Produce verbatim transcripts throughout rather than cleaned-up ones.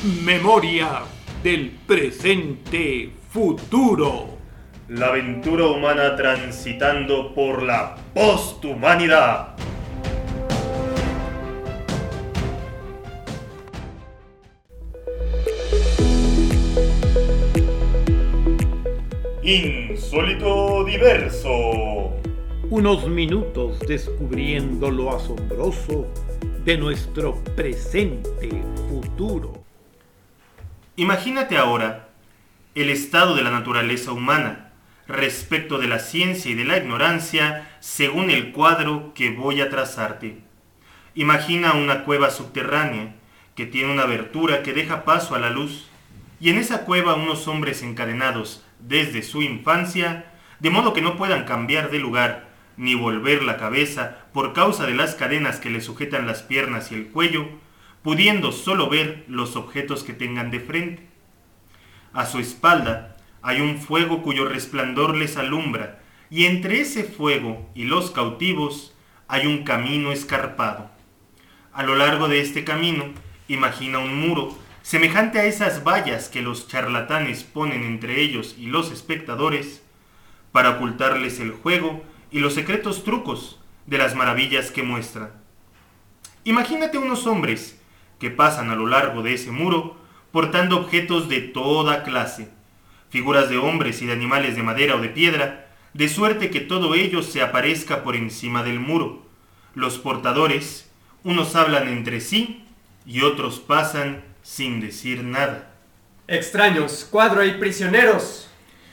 Memoria del presente futuro. La aventura humana transitando por la posthumanidad. Insólito diverso. Unos minutos descubriendo lo asombroso de nuestro presente futuro. Imagínate ahora el estado de la naturaleza humana respecto de la ciencia y de la ignorancia según el cuadro que voy a trazarte. Imagina una cueva subterránea que tiene una abertura que deja paso a la luz, y en esa cueva unos hombres encadenados desde su infancia, de modo que no puedan cambiar de lugar ni volver la cabeza por causa de las cadenas que les sujetan las piernas y el cuello, pudiendo solo ver los objetos que tengan de frente. A su espalda hay un fuego cuyo resplandor les alumbra, y entre ese fuego y los cautivos hay un camino escarpado. A lo largo de este camino, imagina un muro, semejante a esas vallas que los charlatanes ponen entre ellos y los espectadores, para ocultarles el juego y los secretos trucos de las maravillas que muestran. Imagínate unos hombres que pasan a lo largo de ese muro portando objetos de toda clase, figuras de hombres y de animales de madera o de piedra, de suerte que todo ello se aparezca por encima del muro. Los portadores, unos hablan entre sí y otros pasan sin decir nada. Extraños, cuadro y prisioneros.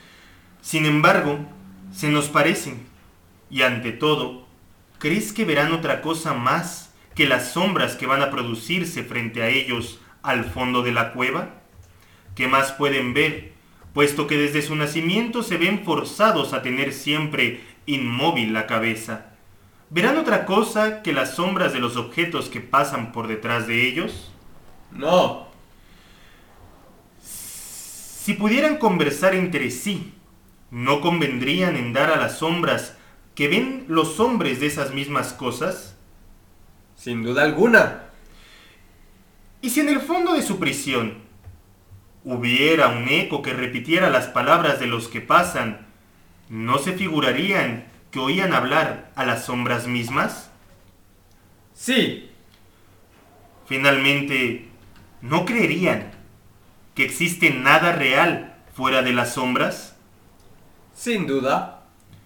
Sin embargo, se nos parecen, y ante todo, ¿crees que verán otra cosa más que las sombras que van a producirse frente a ellos al fondo de la cueva? ¿Qué más pueden ver, puesto que desde su nacimiento se ven forzados a tener siempre inmóvil la cabeza? ¿Verán otra cosa que las sombras de los objetos que pasan por detrás de ellos? No. Si pudieran conversar entre sí, ¿no convendrían en dar a las sombras que ven los hombres de esas mismas cosas? Sin duda alguna. ¿Y si en el fondo de su prisión hubiera un eco que repitiera las palabras de los que pasan, ¿no se figurarían que oían hablar a las sombras mismas? Sí. Finalmente, ¿no creerían que existe nada real fuera de las sombras? Sin duda.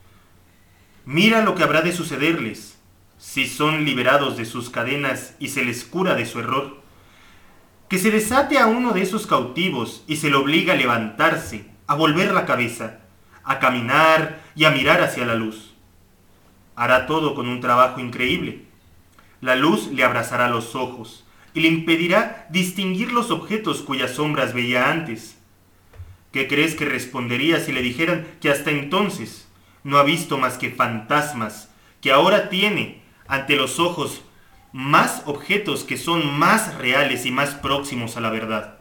Mira lo que habrá de sucederles si son liberados de sus cadenas y se les cura de su error. Que se desate a uno de esos cautivos y se le obliga a levantarse, a volver la cabeza, a caminar y a mirar hacia la luz. Hará todo con un trabajo increíble. La luz le abrazará los ojos y le impedirá distinguir los objetos cuyas sombras veía antes. ¿Qué crees que respondería si le dijeran que hasta entonces no ha visto más que fantasmas, que ahora tiene ante los ojos más objetos que son más reales y más próximos a la verdad?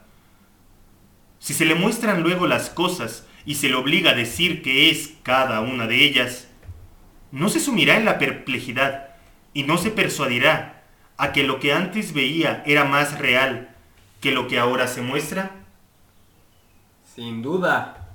Si se le muestran luego las cosas y se le obliga a decir qué es cada una de ellas, ¿no se sumirá en la perplejidad y no se persuadirá a que lo que antes veía era más real que lo que ahora se muestra? Sin duda.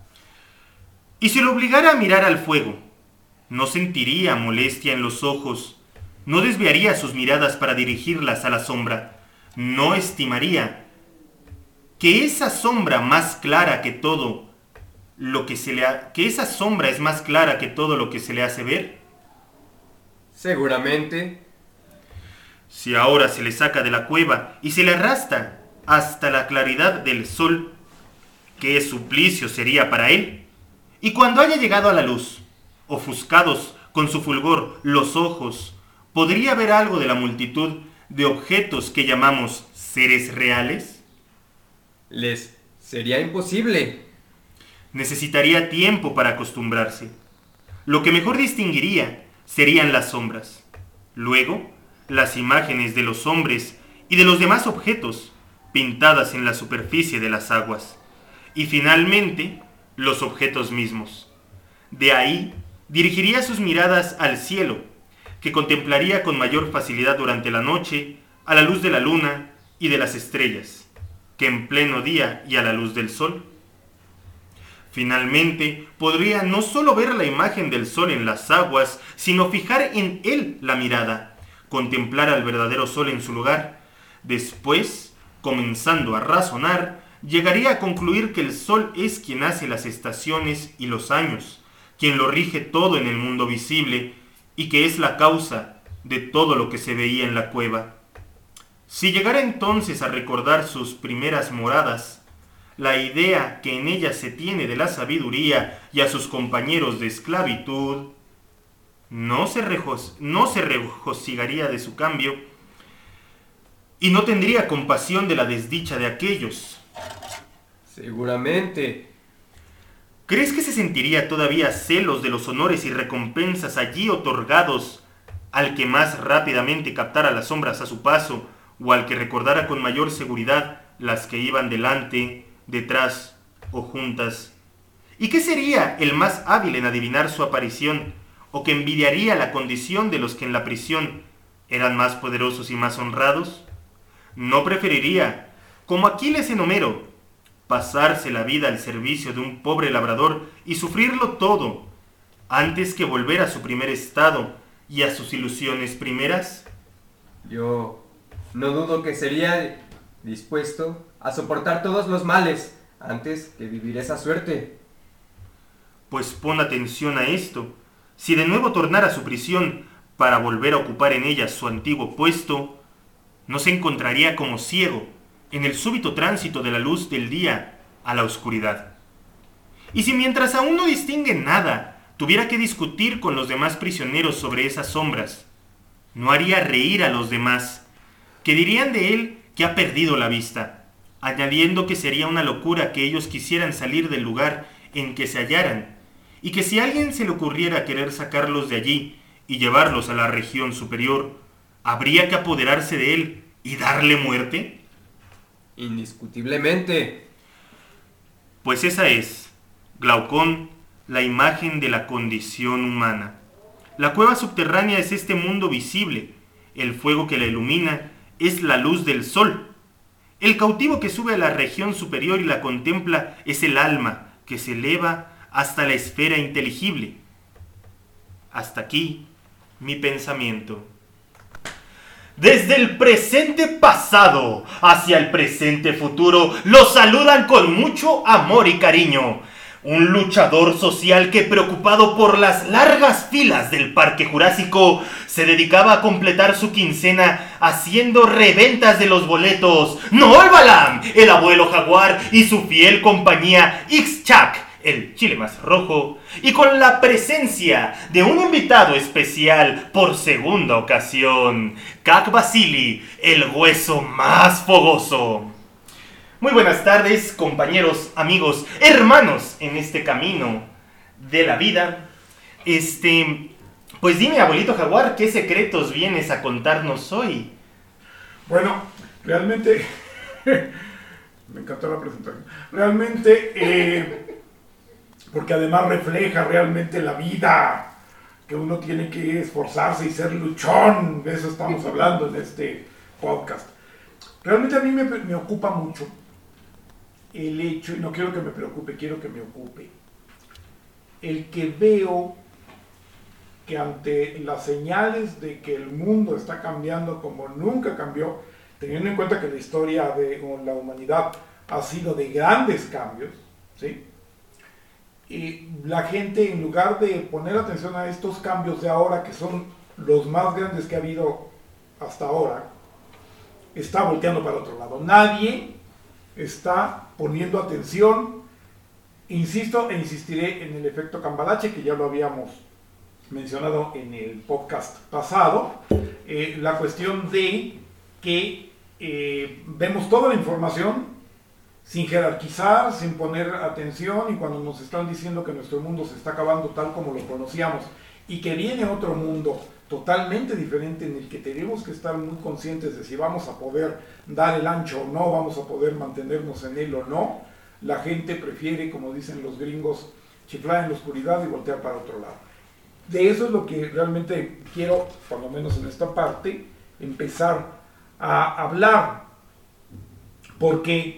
Y si lo obligara a mirar al fuego, ¿no sentiría molestia en los ojos? ¿No desviaría sus miradas para dirigirlas a la sombra? ¿No estimaría que esa sombra más clara que todo lo que se le ha, que esa sombra es más clara que todo lo que se le hace ver? Seguramente. Si ahora se le saca de la cueva y se le arrastra hasta la claridad del sol, ¿qué suplicio sería para él? Y cuando haya llegado a la luz, ofuscados con su fulgor los ojos, ¿podría ver algo de la multitud de objetos que llamamos seres reales? Les sería imposible. Necesitaría tiempo para acostumbrarse. Lo que mejor distinguiría serían las sombras. Luego, las imágenes de los hombres y de los demás objetos pintadas en la superficie de las aguas. Y finalmente, los objetos mismos. De ahí, dirigiría sus miradas al cielo, que contemplaría con mayor facilidad durante la noche, a la luz de la luna y de las estrellas. que en pleno día y a la luz del sol. Finalmente, podría no solo ver la imagen del sol en las aguas, sino fijar en él la mirada, contemplar al verdadero sol en su lugar. Después, comenzando a razonar, llegaría a concluir que el sol es quien hace las estaciones y los años, quien lo rige todo en el mundo visible, y que es la causa de todo lo que se veía en la cueva. Si llegara entonces a recordar sus primeras moradas, la idea que en ellas se tiene de la sabiduría y a sus compañeros de esclavitud, no se, regos- no se regocijaría de su cambio y no tendría compasión de la desdicha de aquellos. Seguramente. ¿Crees que se sentiría todavía celos de los honores y recompensas allí otorgados al que más rápidamente captara las sombras a su paso, o al que recordara con mayor seguridad las que iban delante, detrás o juntas? ¿Y qué sería el más hábil en adivinar su aparición, o que envidiaría la condición de los que en la prisión eran más poderosos y más honrados? ¿No preferiría, como Aquiles en Homero, pasarse la vida al servicio de un pobre labrador y sufrirlo todo, antes que volver a su primer estado y a sus ilusiones primeras? Yo no dudo que sería dispuesto a soportar todos los males antes que vivir esa suerte. Pues pon atención a esto. Si de nuevo tornara a su prisión para volver a ocupar en ella su antiguo puesto, no se encontraría como ciego en el súbito tránsito de la luz del día a la oscuridad. Y si mientras aún no distingue nada, tuviera que discutir con los demás prisioneros sobre esas sombras, no haría reír a los demás, que dirían de él que ha perdido la vista, añadiendo que sería una locura que ellos quisieran salir del lugar en que se hallaran, y que si a alguien se le ocurriera querer sacarlos de allí y llevarlos a la región superior, habría que apoderarse de él y darle muerte. Indiscutiblemente. Pues esa es, Glaucón, la imagen de la condición humana. La cueva subterránea es este mundo visible, el fuego que la ilumina es la luz del sol. El cautivo que sube a la región superior y la contempla es el alma que se eleva hasta la esfera inteligible. Hasta aquí mi pensamiento. Desde el presente pasado hacia el presente futuro, los saludan con mucho amor y cariño. Un luchador social que, preocupado por las largas filas del Parque Jurásico, se dedicaba a completar su quincena haciendo reventas de los boletos. Noel Balam, el abuelo jaguar, y su fiel compañía Ixchak, el chile más rojo, y con la presencia de un invitado especial por segunda ocasión, Kak Vasili, el hueso más fogoso. Muy buenas tardes, compañeros, amigos, hermanos en este camino de la vida. Este, pues dime, abuelito jaguar, ¿qué secretos vienes a contarnos hoy? Bueno, realmente, me encantó la presentación. Realmente, eh, porque además refleja realmente la vida, que uno tiene que esforzarse y ser luchón. De eso estamos hablando en este podcast. Realmente a mí me, me ocupa mucho el hecho, y no quiero que me preocupe, quiero que me ocupe, el que veo que ante las señales de que el mundo está cambiando como nunca cambió, teniendo en cuenta que la historia de la humanidad ha sido de grandes cambios, ¿sí? Y la gente, en lugar de poner atención a estos cambios de ahora, que son los más grandes que ha habido hasta ahora, está volteando para otro lado. Nadie está poniendo atención, insisto e insistiré en el efecto Cambalache, que ya lo habíamos mencionado en el podcast pasado, eh, la cuestión de que eh, vemos toda la información sin jerarquizar, sin poner atención, y cuando nos están diciendo que nuestro mundo se está acabando tal como lo conocíamos y que viene otro mundo totalmente diferente en el que tenemos que estar muy conscientes de si vamos a poder dar el ancho o no, vamos a poder mantenernos en él o no, la gente prefiere, como dicen los gringos, chiflar en la oscuridad y voltear para otro lado. De eso es lo que realmente quiero, por lo menos en esta parte, empezar a hablar, porque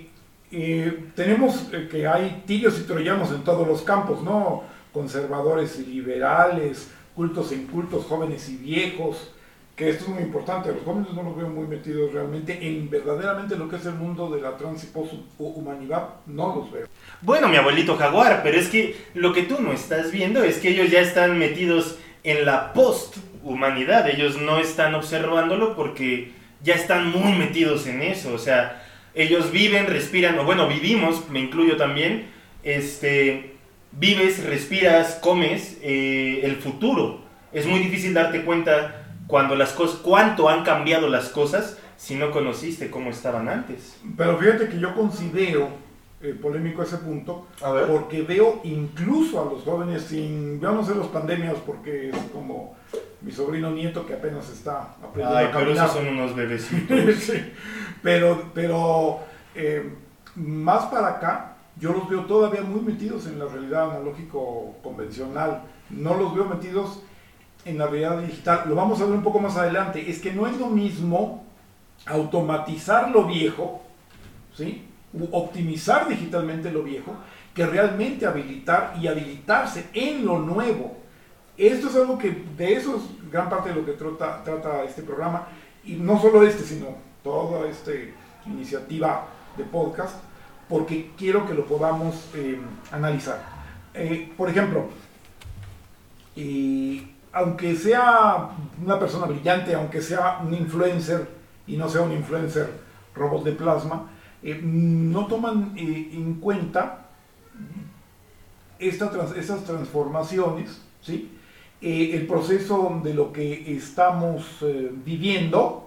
eh, tenemos eh, que hay tirios y troyanos en todos los campos, ¿no? Conservadores y liberales, cultos e incultos, jóvenes y viejos, que esto es muy importante. Los jóvenes no los veo muy metidos realmente en verdaderamente lo que es el mundo de la trans y poshumanidad, no los veo. Bueno, mi abuelito jaguar, pero es que lo que tú no estás viendo es que ellos ya están metidos en la posthumanidad. Ellos no están observándolo porque ya están muy metidos en eso. O sea, ellos viven, respiran, o bueno, vivimos, me incluyo también, este, vives, respiras, comes eh, el futuro. Es muy difícil darte cuenta cuando las cosas, cuánto han cambiado las cosas si no conociste cómo estaban antes. Pero fíjate que yo considero eh, polémico ese punto, A ver. porque veo incluso a los jóvenes sin, yo no sé los pandemias porque es como mi sobrino nieto que apenas está aprendiendo Ay, a pero caminar. esos son unos bebecitos. Sí, pero, pero eh, más para acá, yo los veo todavía muy metidos en la realidad analógico convencional, no los veo metidos en la realidad digital. Lo vamos a ver un poco más adelante. Es que no es lo mismo automatizar lo viejo, ¿sí? U optimizar digitalmente lo viejo, que realmente habilitar y habilitarse en lo nuevo. Esto es algo que, de eso es gran parte de lo que trata, trata este programa, y no solo este, sino toda esta iniciativa de podcast, porque quiero que lo podamos eh, analizar. Eh, por ejemplo, eh, aunque sea una persona brillante, aunque sea un influencer y no sea un influencer robot de plasma, eh, no toman eh, en cuenta esta trans, estas transformaciones, ¿sí? Eh, el proceso de lo que estamos eh, viviendo.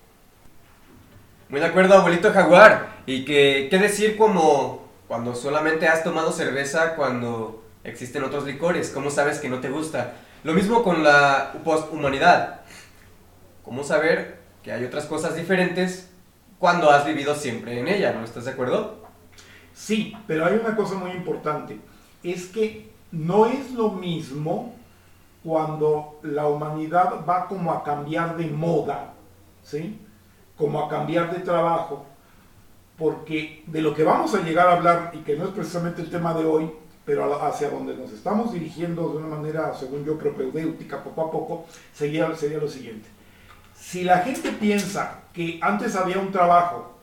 Muy de acuerdo, abuelito jaguar. Y que, ¿qué decir como cuando solamente has tomado cerveza cuando existen otros licores? ¿Cómo sabes que no te gusta? Lo mismo con la posthumanidad. ¿Cómo saber que hay otras cosas diferentes cuando has vivido siempre en ella? ¿No estás de acuerdo? Sí, pero hay una cosa muy importante. Es que no es lo mismo cuando la humanidad va como a cambiar de moda, ¿sí? Como a cambiar de trabajo, porque de lo que vamos a llegar a hablar, y que no es precisamente el tema de hoy, pero hacia donde nos estamos dirigiendo de una manera, según yo, propedéutica, poco a poco, sería, sería lo siguiente. Si la gente piensa que antes había un trabajo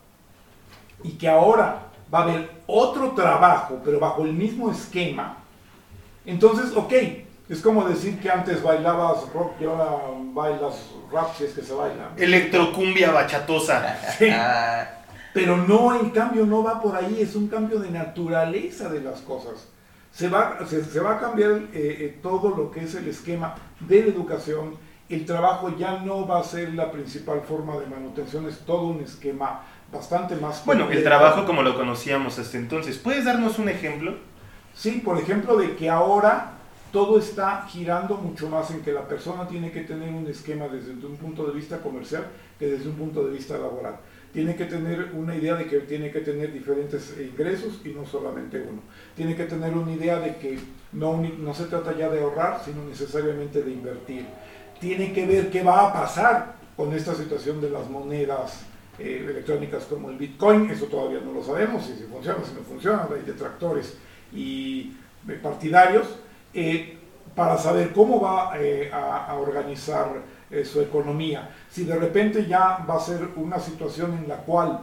y que ahora va a haber otro trabajo, pero bajo el mismo esquema, entonces, ok, es como decir que antes bailabas rock y ahora bailas rap, si es que se baila. Electrocumbia bachatosa. Sí. Pero no, el cambio no va por ahí, es un cambio de naturaleza de las cosas. Se va, se, se va a cambiar eh, eh, todo lo que es el esquema de la educación. El trabajo ya no va a ser la principal forma de manutención, es todo un esquema bastante más... Bueno, el trabajo como lo conocíamos hasta entonces. ¿Puedes darnos un ejemplo? Sí, por ejemplo, de que ahora todo está girando mucho más en que la persona tiene que tener un esquema desde un punto de vista comercial que desde un punto de vista laboral. Tiene que tener una idea de que tiene que tener diferentes ingresos y no solamente uno. Tiene que tener una idea de que no, no se trata ya de ahorrar, sino necesariamente de invertir. Tiene que ver qué va a pasar con esta situación de las monedas eh, electrónicas como el Bitcoin. Eso todavía no lo sabemos, si, si funciona, si no funciona. Hay detractores y eh, partidarios, eh, para saber cómo va eh, a, a organizar eh, su economía. Si de repente ya va a ser una situación en la cual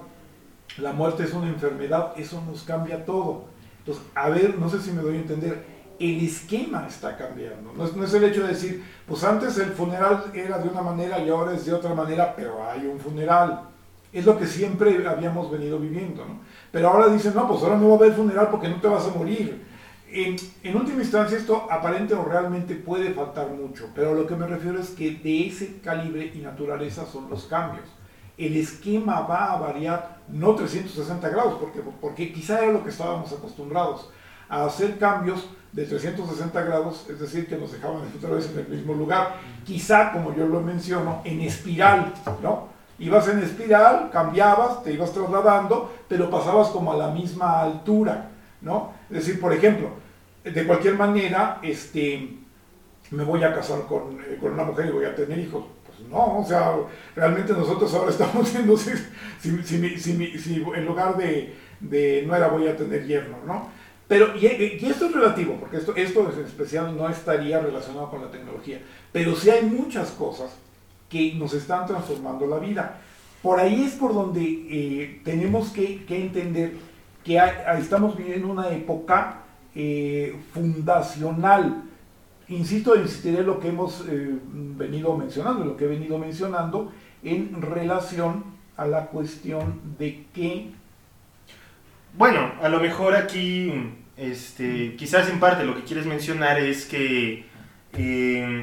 la muerte es una enfermedad, eso nos cambia todo. Entonces, a ver, no sé si me doy a entender, el esquema está cambiando. No es, no es el hecho de decir, pues antes el funeral era de una manera y ahora es de otra manera, pero hay un funeral. Es lo que siempre habíamos venido viviendo, ¿no? Pero ahora dicen, no, pues ahora no va a haber funeral porque no te vas a morir. En, en última instancia esto aparente o realmente puede faltar mucho, pero lo que me refiero es que de ese calibre y naturaleza son los cambios. El esquema va a variar, no trescientos sesenta grados, porque, porque quizá era lo que estábamos acostumbrados, a hacer cambios de trescientos sesenta grados, es decir, que nos dejaban otra vez en el mismo lugar, quizá, como yo lo menciono, en espiral, ¿no? Ibas en espiral, cambiabas, te ibas trasladando, pero pasabas como a la misma altura, ¿no? Es decir, por ejemplo, de cualquier manera, este, me voy a casar con, eh, con una mujer y voy a tener hijos. Pues no, o sea, realmente nosotros ahora estamos viendo si, si, si, si, si en lugar de, de nuera voy a tener yerno, ¿no? Pero, y, y esto es relativo, porque esto, esto en especial no estaría relacionado con la tecnología, pero sí hay muchas cosas que nos están transformando la vida. Por ahí es por donde eh, tenemos que, que entender que hay, estamos viviendo una época eh, fundacional. Insisto, insistiré en lo que hemos eh, venido mencionando, lo que he venido mencionando en relación a la cuestión de que... Bueno, a lo mejor aquí, este, quizás en parte lo que quieres mencionar es que eh,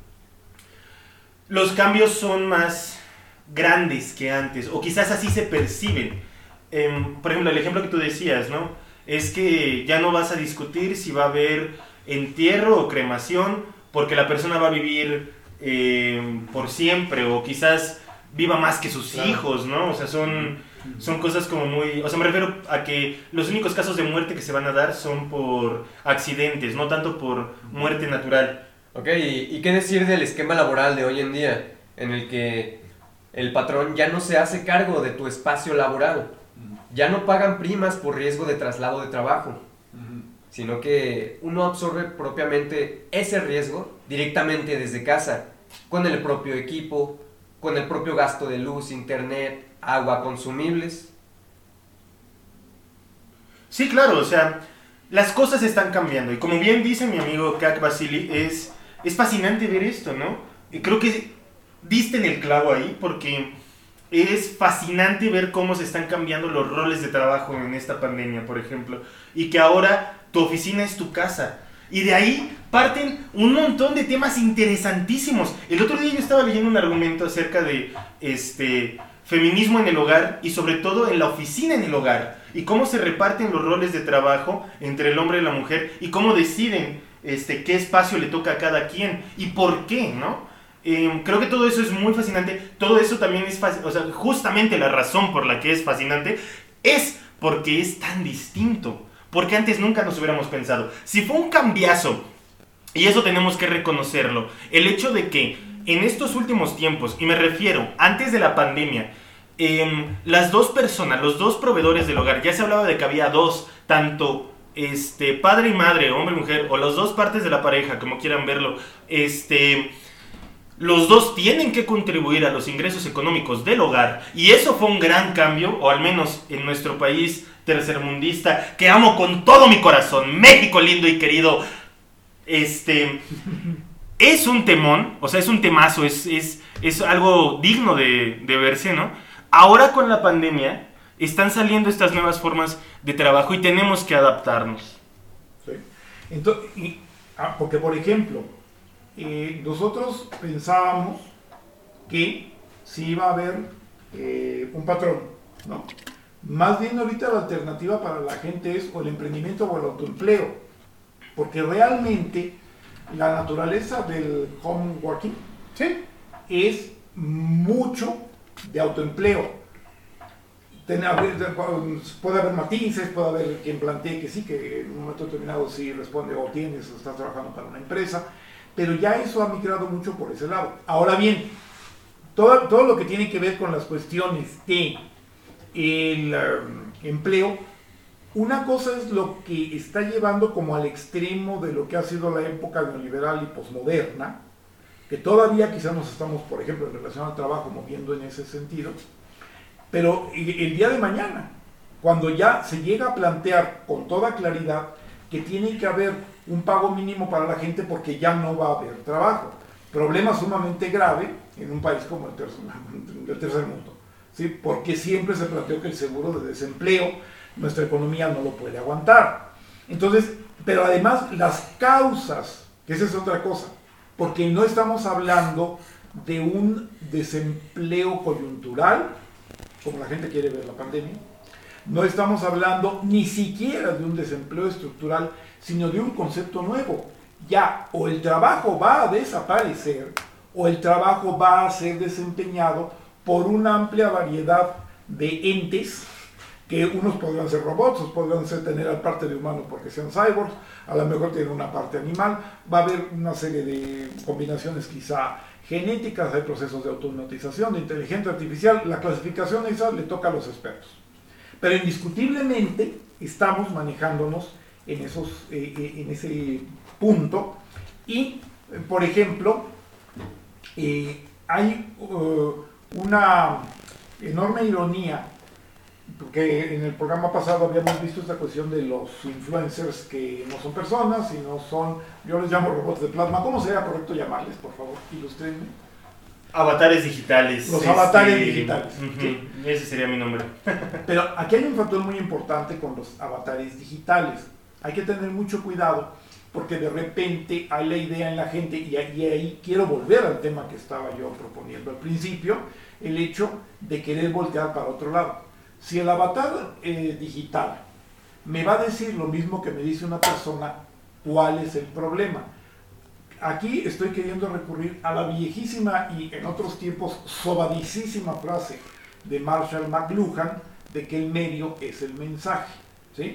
los cambios son más grandes que antes, o quizás así se perciben. Eh, por ejemplo, el ejemplo que tú decías, ¿no? Es que ya no vas a discutir si va a haber entierro o cremación, porque la persona va a vivir eh, por siempre, o quizás viva más que sus claro. hijos, ¿no? O sea, son... Son cosas como muy... O sea, me refiero a que los únicos casos de muerte que se van a dar son por accidentes, no tanto por muerte natural. Ok, ¿y, y qué decir del esquema laboral de hoy en día? En el que el patrón ya no se hace cargo de tu espacio laboral. Ya no pagan primas por riesgo de traslado de trabajo. Sino que uno absorbe propiamente ese riesgo directamente desde casa, con el propio equipo, con el propio gasto de luz, internet, agua, consumibles. Sí, claro, o sea, las cosas están cambiando. Y como bien dice mi amigo Kak Vasili, es, es fascinante ver esto, ¿no? Y creo que diste en el clavo ahí, porque es fascinante ver cómo se están cambiando los roles de trabajo en esta pandemia, por ejemplo. Y que ahora tu oficina es tu casa. Y de ahí parten un montón de temas interesantísimos. El otro día yo estaba leyendo un argumento acerca de este... feminismo en el hogar y sobre todo en la oficina en el hogar, y cómo se reparten los roles de trabajo entre el hombre y la mujer, y cómo deciden este, qué espacio le toca a cada quien y por qué, ¿no? Eh, creo que todo eso es muy fascinante. Todo eso también es fascinante, o sea, justamente la razón por la que es fascinante es porque es tan distinto, porque antes nunca nos hubiéramos pensado. Si fue un cambiazo, y eso tenemos que reconocerlo, el hecho de que en estos últimos tiempos, y me refiero antes de la pandemia, eh, las dos personas, los dos proveedores del hogar, ya se hablaba de que había dos, tanto este, padre y madre, hombre y mujer, o las dos partes de la pareja, como quieran verlo, este, los dos tienen que contribuir a los ingresos económicos del hogar, y eso fue un gran cambio, o al menos en nuestro país tercermundista, que amo con todo mi corazón, México lindo y querido, este... Es un temón, o sea, es un temazo, es, es, es algo digno de, de verse, ¿no? Ahora con la pandemia están saliendo estas nuevas formas de trabajo y tenemos que adaptarnos. Sí. Entonces, y, ah, porque, por ejemplo, eh, nosotros pensábamos que sí iba a haber eh, un patrón, ¿no? Más bien ahorita la alternativa para la gente es o el emprendimiento o el autoempleo, porque realmente... la naturaleza del home working, ¿sí?, es mucho de autoempleo. Ten, puede haber matices, puede haber quien plantee que sí, que en un momento determinado sí responde o tienes o estás trabajando para una empresa, pero ya eso ha migrado mucho por ese lado. Ahora bien, todo, todo lo que tiene que ver con las cuestiones de el um, empleo, una cosa es lo que está llevando como al extremo de lo que ha sido la época neoliberal y posmoderna, que todavía quizás nos estamos, por ejemplo, en relación al trabajo, moviendo en ese sentido, pero el día de mañana, cuando ya se llega a plantear con toda claridad que tiene que haber un pago mínimo para la gente porque ya no va a haber trabajo, problema sumamente grave en un país como el tercer, el tercer mundo, ¿sí? Porque siempre se planteó que el seguro de desempleo, nuestra economía no lo puede aguantar. Entonces, pero además las causas, que esa es otra cosa, porque no estamos hablando de un desempleo coyuntural, como la gente quiere ver la pandemia, no estamos hablando ni siquiera de un desempleo estructural, sino de un concepto nuevo. Ya, o el trabajo va a desaparecer, o el trabajo va a ser desempeñado por una amplia variedad de entes, que unos podrán ser robots, otros podrán ser, tener la parte de humano porque sean cyborgs, a lo mejor tienen una parte animal, va a haber una serie de combinaciones quizá genéticas, hay procesos de automatización, de inteligencia artificial, la clasificación esa le toca a los expertos. Pero indiscutiblemente estamos manejándonos en, esos, eh, en ese punto y, por ejemplo, eh, hay uh, una enorme ironía, porque en el programa pasado habíamos visto esta cuestión de los influencers que no son personas, sino son, yo les llamo robots de plasma. ¿Cómo sería correcto llamarles, por favor? Ilústrenme. Avatares digitales. Los este, avatares digitales. Uh-huh, ¿sí? Ese sería mi nombre. Pero aquí hay un factor muy importante con los avatares digitales. Hay que tener mucho cuidado porque de repente hay la idea en la gente, y ahí, y ahí quiero volver al tema que estaba yo proponiendo al principio, el hecho de querer voltear para otro lado. Si el avatar eh, digital me va a decir lo mismo que me dice una persona, ¿cuál es el problema? Aquí estoy queriendo recurrir a la viejísima y en otros tiempos sobadicísima frase de Marshall McLuhan de que el medio es el mensaje, ¿sí?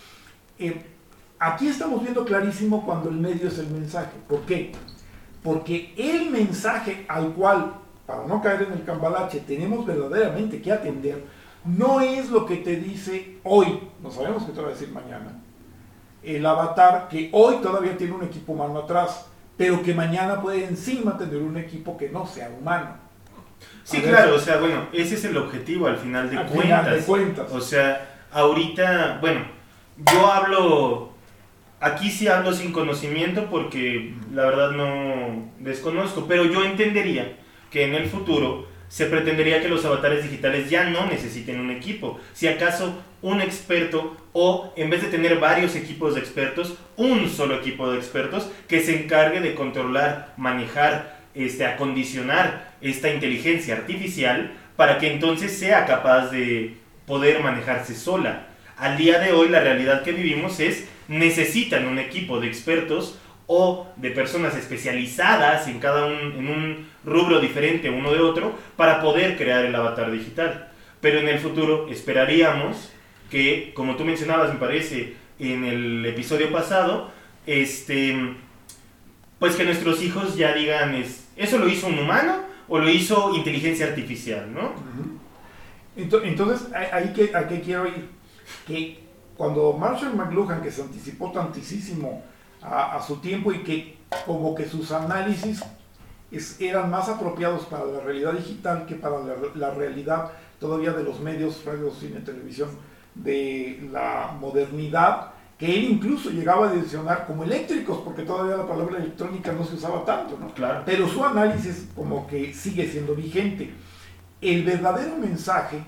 Eh, aquí estamos viendo clarísimo cuando el medio es el mensaje. ¿Por qué? Porque el mensaje al cual, para no caer en el cambalache, tenemos verdaderamente que atender, no es lo que te dice hoy, no sabemos qué te va a decir mañana, el avatar que hoy todavía tiene un equipo humano atrás, pero que mañana puede encima tener un equipo que no sea humano. Sí, claro, o sea, bueno, ese es el objetivo al final de al cuentas. Final de cuentas. O sea, ahorita, bueno, yo hablo, aquí sí hablo sin conocimiento porque la verdad no desconozco, pero yo entendería que en el futuro se pretendería que los avatares digitales ya no necesiten un equipo. Si acaso un experto, o en vez de tener varios equipos de expertos, un solo equipo de expertos que se encargue de controlar, manejar, este, acondicionar esta inteligencia artificial para que entonces sea capaz de poder manejarse sola. Al día de hoy la realidad que vivimos es, necesitan un equipo de expertos o de personas especializadas en cada un, en un rubro diferente uno de otro para poder crear el avatar digital. Pero en el futuro esperaríamos que, como tú mencionabas, me parece, en el episodio pasado, este, pues que nuestros hijos ya digan, es, ¿eso lo hizo un humano o lo hizo inteligencia artificial, no? Entonces, ahí que, ¿a qué quiero ir? Que cuando Marshall McLuhan, que se anticipó tantísimo a, a su tiempo y que como que sus análisis es, eran más apropiados para la realidad digital que para la, la realidad todavía de los medios, radio, cine, televisión, de la modernidad, que él incluso llegaba a mencionar como eléctricos, porque todavía la palabra electrónica no se usaba tanto, ¿no? Claro. Pero su análisis como que sigue siendo vigente. El verdadero mensaje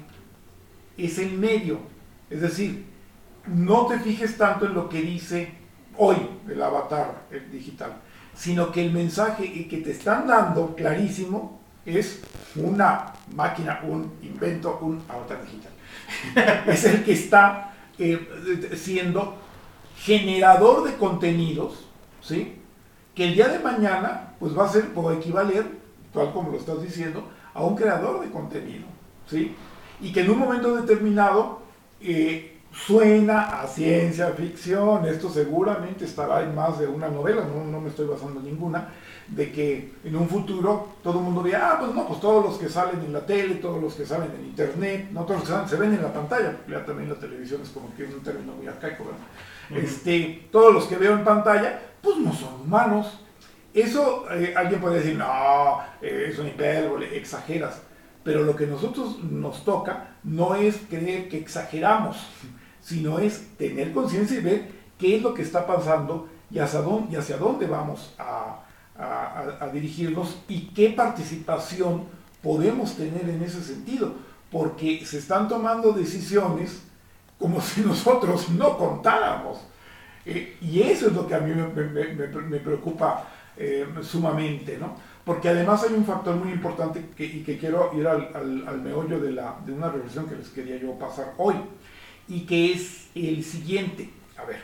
es el medio, es decir, no te fijes tanto en lo que dice hoy el avatar el digital, sino que el mensaje que te están dando clarísimo es una máquina, un invento, un avatar digital. Es el que está eh, siendo generador de contenidos, ¿sí? Que el día de mañana pues va a ser o equivaler, tal como lo estás diciendo, a un creador de contenido, ¿sí? Y que en un momento determinado eh, suena a ciencia ficción. Esto seguramente estará en más de una novela, no, no me estoy basando en ninguna, de que en un futuro todo el mundo vea, ah, pues no, pues todos los que salen en la tele, todos los que salen en internet, no todos los que salen, se ven en la pantalla, ya también la televisión es como que es un término muy arcaico, ¿verdad? Uh-huh. Este, todos los que veo en pantalla, pues no son humanos. Eso eh, alguien puede decir, no, eh, es una hipérbole, exageras. Pero lo que a nosotros nos toca no es creer que exageramos, sino es tener conciencia y ver qué es lo que está pasando y hacia dónde, y hacia dónde vamos a, a, a dirigirnos y qué participación podemos tener en ese sentido, porque se están tomando decisiones como si nosotros no contáramos. Eh, y eso es lo que a mí me, me, me, me preocupa eh, sumamente, ¿no? Porque además hay un factor muy importante que, y que quiero ir al, al, al meollo de, la, de una reflexión que les quería yo pasar hoy, y que es el siguiente. A ver,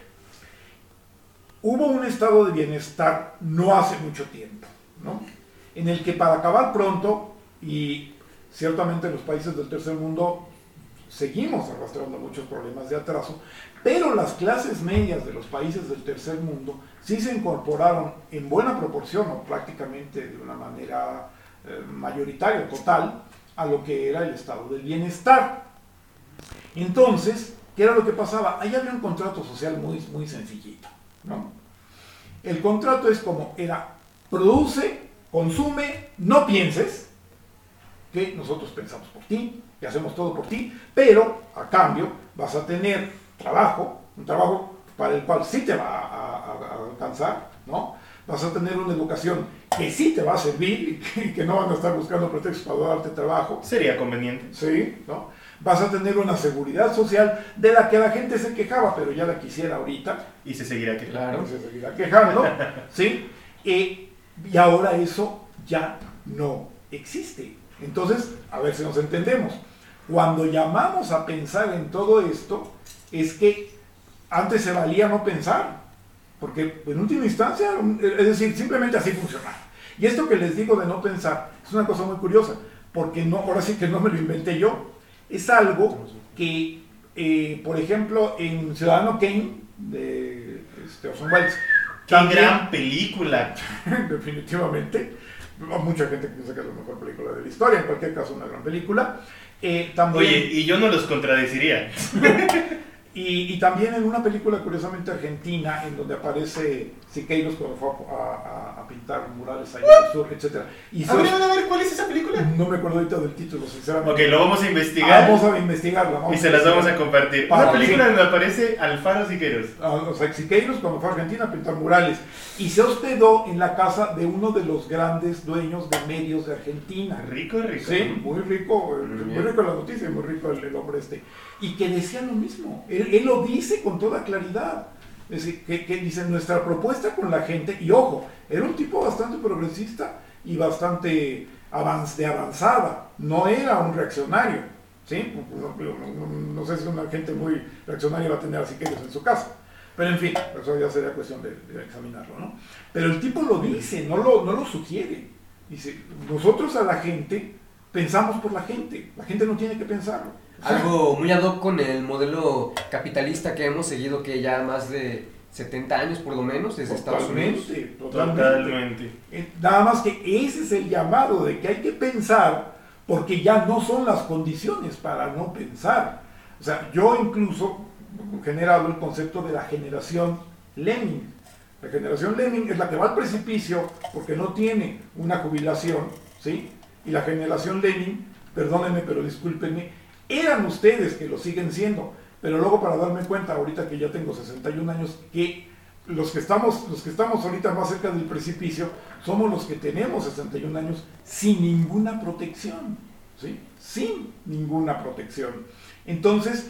hubo un estado de bienestar no hace mucho tiempo, ¿no? En el que para acabar pronto, y ciertamente los países del tercer mundo seguimos arrastrando muchos problemas de atraso, pero las clases medias de los países del tercer mundo sí se incorporaron en buena proporción o prácticamente de una manera eh, mayoritaria, total, a lo que era el estado del bienestar. Entonces, ¿qué era lo que pasaba? Ahí había un contrato social muy, muy sencillito, ¿no? El contrato es como era, produce, consume, no pienses, que nosotros pensamos por ti, que hacemos todo por ti, pero a cambio vas a tener trabajo, un trabajo para el cual sí te va a, a, a alcanzar, ¿no? Vas a tener una educación que sí te va a servir y que no van a estar buscando pretextos para darte trabajo. Sería conveniente. Sí, ¿no? Vas a tener una seguridad social de la que la gente se quejaba, pero ya la quisiera ahorita. Y se seguirá quejando. Claro, se seguirá quejando, ¿sí? Eh, y ahora eso ya no existe. Entonces, a ver si nos entendemos. Cuando llamamos a pensar en todo esto, es que antes se valía no pensar. Porque en última instancia, es decir, simplemente así funcionaba. Y esto que les digo de no pensar es una cosa muy curiosa, porque no, ahora sí que no me lo inventé yo. Es algo que, eh, por ejemplo, en Ciudadano Kane, de este, Orson Welles. ¡Qué también, gran película! Definitivamente. Mucha gente piensa que es la mejor película de la historia, en cualquier caso una gran película. Eh, también, Oye, y yo no los contradeciría. Y, y también en una película curiosamente argentina, en donde aparece Siqueiros cuando fue a, a, a pintar murales ahí al sur, etcétera. Y a ver, a ver, ¿cuál es esa película? No me acuerdo ahorita del título, sinceramente. Ok, lo vamos a investigar. Vamos a investigarla. Vamos y se las vamos a compartir. Para una película donde aparece Alfaro Siqueiros. O sea, Siqueiros cuando fue a Argentina a pintar murales. Y se hospedó en la casa de uno de los grandes dueños de medios de Argentina. Rico, rico. Sí, muy rico, muy rico la noticia, muy rico el, el hombre este. Y que decía lo mismo, él, él lo dice con toda claridad, es decir, que, que dice nuestra propuesta con la gente, y ojo, era un tipo bastante progresista y bastante avanz, de avanzada, no era un reaccionario, ¿sí? No, no, no, no sé si una gente muy reaccionaria va a tener a Siqueiros en su casa, pero en fin, eso ya sería cuestión de, de examinarlo, ¿no? Pero el tipo lo dice, no lo, no lo sugiere, dice, nosotros a la gente pensamos por la gente, la gente no tiene que pensarlo. Algo muy ad hoc con el modelo capitalista que hemos seguido, que ya más de setenta años por lo menos desde Estados Unidos. Totalmente. Totalmente. Eh, nada más que ese es el llamado de que hay que pensar, porque ya no son las condiciones para no pensar. O sea, yo incluso he generado el concepto de la generación Lemming. La generación Lemming es la que va al precipicio porque no tiene una jubilación, ¿sí? Y la generación Lemming, perdónenme, pero discúlpenme, eran ustedes que lo siguen siendo, pero luego para darme cuenta, ahorita que ya tengo sesenta y un años, que los que estamos, los que estamos ahorita más cerca del precipicio, somos los que tenemos sesenta y un años sin ninguna protección, ¿sí? Sin ninguna protección. Entonces,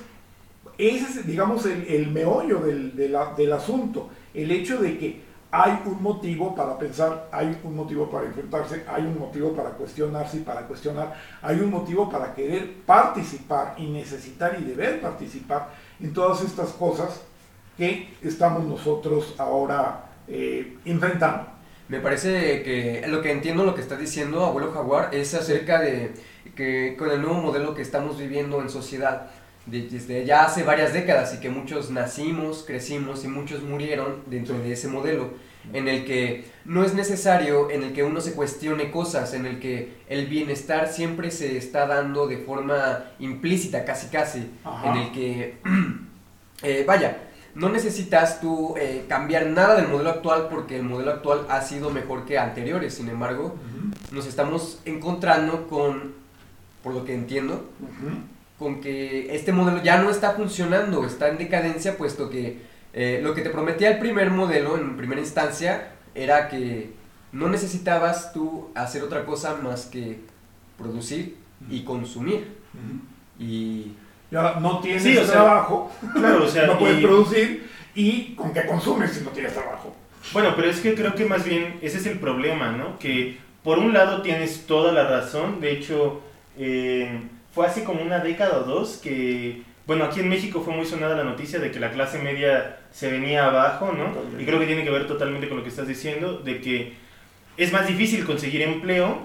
ese es, digamos, el, el meollo del, de la, del asunto, el hecho de que hay un motivo para pensar, hay un motivo para enfrentarse, hay un motivo para cuestionarse y para cuestionar, hay un motivo para querer participar y necesitar y deber participar en todas estas cosas que estamos nosotros ahora eh, enfrentando. Me parece que lo que entiendo, lo que está diciendo Abuelo Jaguar, es acerca de que con el nuevo modelo que estamos viviendo en sociedad, desde ya hace varias décadas, y que muchos nacimos, crecimos y muchos murieron dentro de ese modelo, en el que no es necesario, en el que uno se cuestione cosas, en el que el bienestar siempre se está dando de forma implícita, casi casi, Ajá. en el que, eh, vaya, no necesitas tú eh, cambiar nada del modelo actual, porque el modelo actual ha sido mejor que anteriores. Sin embargo, uh-huh. nos estamos encontrando con, por lo que entiendo, uh-huh. con que este modelo ya no está funcionando, está en decadencia, puesto que eh, lo que te prometía el primer modelo en primera instancia era que no necesitabas tú hacer otra cosa más que producir y consumir. Uh-huh. Y, y ahora no tienes sí, o sea, trabajo, claro, o sea, no puedes y... producir, y con qué consumes si no tienes trabajo. Bueno, pero es que creo que más bien ese es el problema, ¿no? Que por un lado tienes toda la razón, de hecho... Eh, fue hace como una década o dos que, bueno, aquí en México fue muy sonada la noticia de que la clase media se venía abajo, ¿no? Totalmente. Y creo que tiene que ver totalmente con lo que estás diciendo, de que es más difícil conseguir empleo.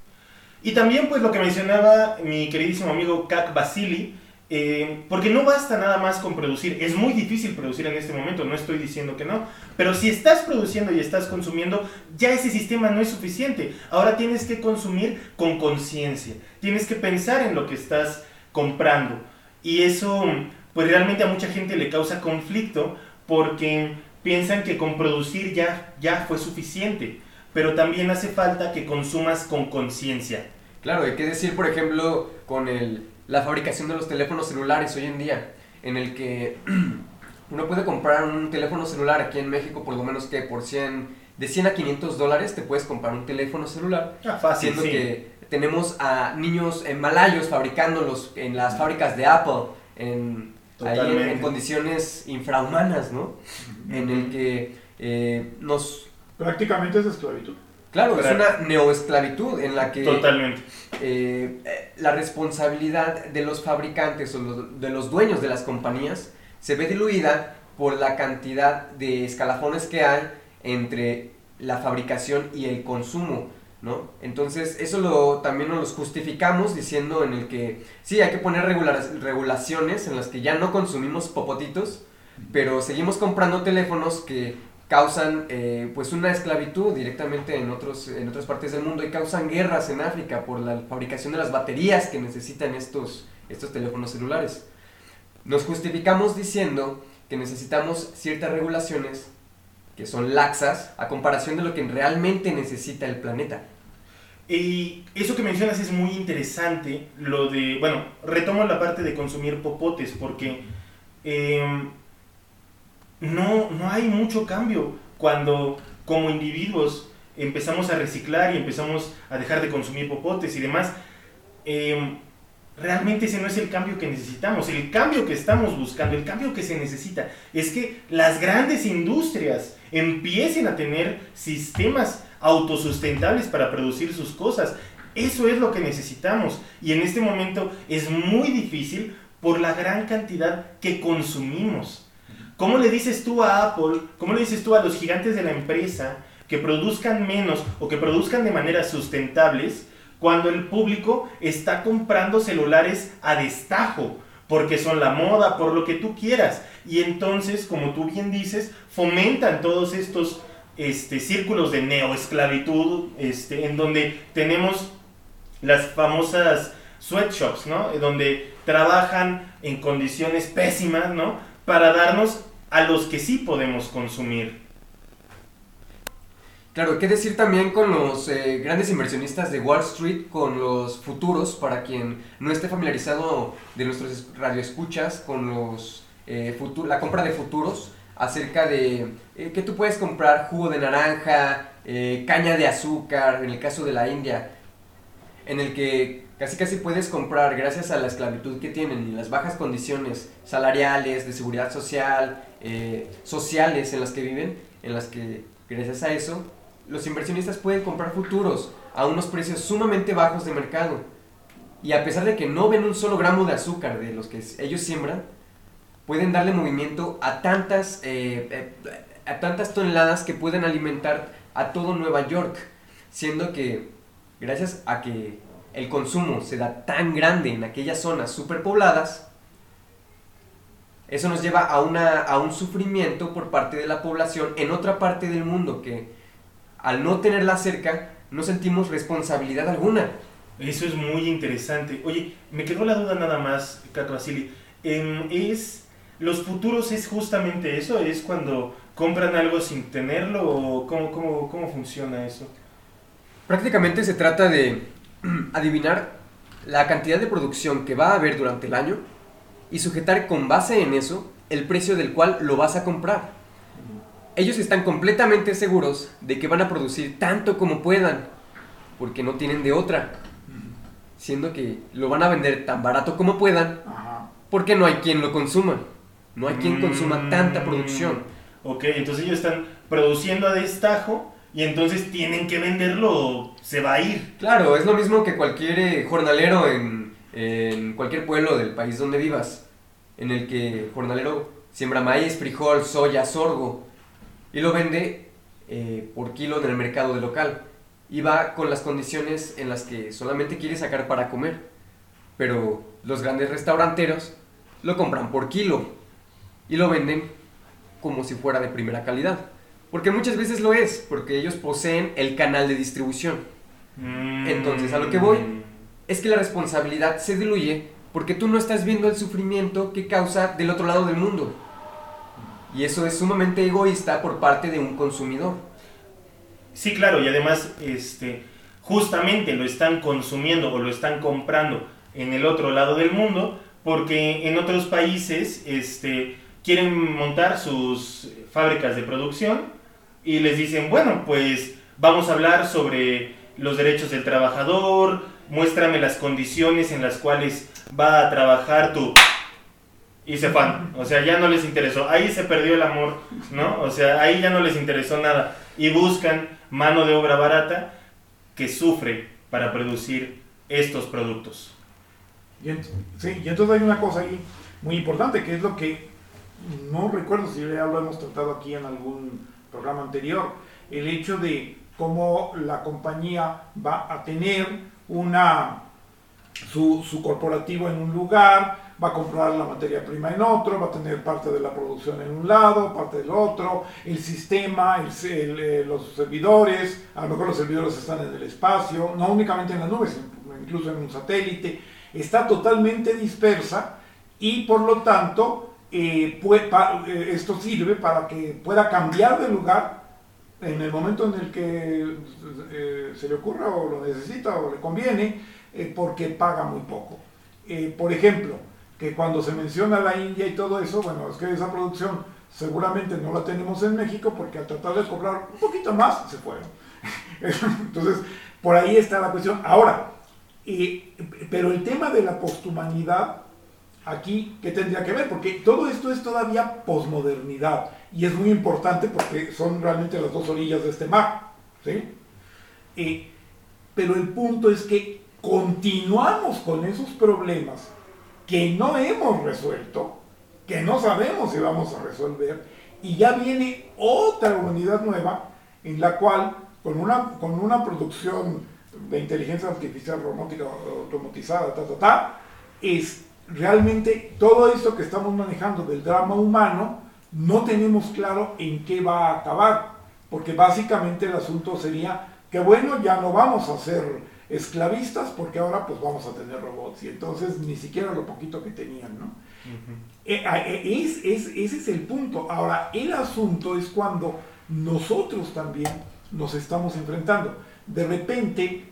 Y también, pues, lo que mencionaba mi queridísimo amigo Kak Basili, eh, porque no basta nada más con producir. Es muy difícil producir en este momento, no estoy diciendo que no. Pero si estás produciendo y estás consumiendo, ya ese sistema no es suficiente. Ahora tienes que consumir con conciencia. Tienes que pensar en lo que estás comprando. Y eso pues realmente a mucha gente le causa conflicto porque piensan que con producir ya, ya fue suficiente, pero también hace falta que consumas con conciencia. Claro, hay que decir, por ejemplo, con el, la fabricación de los teléfonos celulares hoy en día, en el que uno puede comprar un teléfono celular aquí en México, por lo menos que por cien, de cien a quinientos dólares te puedes comprar un teléfono celular. Ah, fácil, siendo sí. que tenemos a niños en malayos fabricándolos en las fábricas de Apple, en, ahí en, en condiciones infrahumanas, ¿no? Uh-huh. En el que eh, nos... Prácticamente es esclavitud. Claro, es una neoesclavitud en la que Totalmente. Eh, eh, la responsabilidad de los fabricantes o los, de los dueños de las compañías se ve diluida por la cantidad de escalafones que hay entre la fabricación y el consumo, ¿no? Entonces eso lo, también nos los justificamos diciendo en el que sí, hay que poner regular, regulaciones en las que ya no consumimos popotitos, pero seguimos comprando teléfonos que causan eh, pues una esclavitud directamente en, otros, en otras partes del mundo y causan guerras en África por la fabricación de las baterías que necesitan estos, estos teléfonos celulares. Nos justificamos diciendo que necesitamos ciertas regulaciones que son laxas a comparación de lo que realmente necesita el planeta. Y eso que mencionas es muy interesante, lo de, bueno, retomo la parte de consumir popotes porque eh, no, no hay mucho cambio cuando como individuos empezamos a reciclar y empezamos a dejar de consumir popotes y demás. Eh, realmente ese no es el cambio que necesitamos. El cambio que estamos buscando, el cambio que se necesita es que las grandes industrias empiecen a tener sistemas autosustentables para producir sus cosas. Eso es lo que necesitamos y en este momento es muy difícil por la gran cantidad que consumimos. ¿Cómo le dices tú a Apple, cómo le dices tú a los gigantes de la empresa que produzcan menos o que produzcan de manera sustentables cuando el público está comprando celulares a destajo, porque son la moda, por lo que tú quieras? Y entonces, como tú bien dices, fomentan todos estos este, círculos de neoesclavitud, este, en donde tenemos las famosas sweatshops, ¿no? Donde trabajan en condiciones pésimas, ¿no? Para darnos a los que sí podemos consumir. Claro, hay que decir también con los eh, grandes inversionistas de Wall Street, con los futuros, para quien no esté familiarizado de nuestros radioescuchas, con los eh, futu- la compra de futuros, acerca de eh, que tú puedes comprar jugo de naranja, eh, caña de azúcar, en el caso de la India, en el que casi casi puedes comprar, gracias a la esclavitud que tienen y las bajas condiciones salariales, de seguridad social, eh, sociales en las que viven, en las que gracias a eso los inversionistas pueden comprar futuros a unos precios sumamente bajos de mercado. Y a pesar de que no ven un solo gramo de azúcar de los que ellos siembran, pueden darle movimiento a tantas, eh, eh, a tantas toneladas que pueden alimentar a todo Nueva York, siendo que gracias a que el consumo se da tan grande en aquellas zonas superpobladas, eso nos lleva a, una, a un sufrimiento por parte de la población en otra parte del mundo que al no tenerla cerca no sentimos responsabilidad alguna. Eso es muy interesante. Oye, me quedó la duda nada más, Cato Basili. Eh, es, ¿los futuros es justamente eso? ¿Es cuando compran algo sin tenerlo? ¿O cómo, cómo, cómo funciona eso? Prácticamente se trata de adivinar la cantidad de producción que va a haber durante el año y sujetar con base en eso el precio del cual lo vas a comprar. Ellos están completamente seguros de que van a producir tanto como puedan, porque no tienen de otra, siendo que lo van a vender tan barato como puedan, porque no hay quien lo consuma, no hay quien consuma tanta producción. Ok, entonces ellos están produciendo a destajo y entonces tienen que venderlo o se va a ir. Claro, es lo mismo que cualquier eh, jornalero en, en cualquier pueblo del país donde vivas, en el que el jornalero siembra maíz, frijol, soya, sorgo, y lo vende eh, por kilo en el mercado de local. Y va con las condiciones en las que solamente quiere sacar para comer. Pero los grandes restauranteros lo compran por kilo y lo venden como si fuera de primera calidad. Porque muchas veces lo es, porque ellos poseen el canal de distribución. Mm. Entonces, a lo que voy es que la responsabilidad se diluye porque tú no estás viendo el sufrimiento que causa del otro lado del mundo. Y eso es sumamente egoísta por parte de un consumidor. Sí, claro, y además este, justamente lo están consumiendo o lo están comprando en el otro lado del mundo, porque en otros países este, quieren montar sus fábricas de producción y les dicen, bueno, pues vamos a hablar sobre los derechos del trabajador, muéstrame las condiciones en las cuales va a trabajar tu... Y se van, o sea, ya no les interesó, ahí se perdió el amor, ¿no? O sea, ahí ya no les interesó nada y buscan mano de obra barata que sufre para producir estos productos. Y, ent- sí, y entonces hay una cosa ahí muy importante, que es lo que no recuerdo si ya lo hemos tratado aquí en algún programa anterior, el hecho de cómo la compañía va a tener una su, su corporativo en un lugar, va a comprar la materia prima en otro, va a tener parte de la producción en un lado, parte del otro, el sistema, el, el, eh, los servidores, a lo mejor los servidores están en el espacio, no únicamente en las nubes, incluso en un satélite, está totalmente dispersa y por lo tanto eh, puede, pa, eh, esto sirve para que pueda cambiar de lugar en el momento en el que eh, se le ocurra o lo necesita o le conviene, eh, porque paga muy poco. Eh, por ejemplo, que cuando se menciona la India y todo eso, bueno, es que esa producción seguramente no la tenemos en México porque al tratar de cobrar un poquito más se fueron. Entonces, por ahí está la cuestión. Ahora, eh, pero el tema de la posthumanidad, aquí, ¿qué tendría que ver? Porque todo esto es todavía posmodernidad y es muy importante porque son realmente las dos orillas de este mar, ¿sí? Eh, pero el punto es que continuamos con esos problemas que no hemos resuelto, que no sabemos si vamos a resolver, y ya viene otra humanidad nueva en la cual, con una, con una producción de inteligencia artificial robótica, automatizada, ta, ta, ta, es realmente todo esto que estamos manejando del drama humano, no tenemos claro en qué va a acabar, porque básicamente el asunto sería que bueno, ya no vamos a ser esclavistas porque ahora pues vamos a tener robots y entonces ni siquiera lo poquito que tenían, ¿no? Uh-huh. eh, eh, es, es, ese es el punto. Ahora, el asunto es cuando nosotros también nos estamos enfrentando. De repente,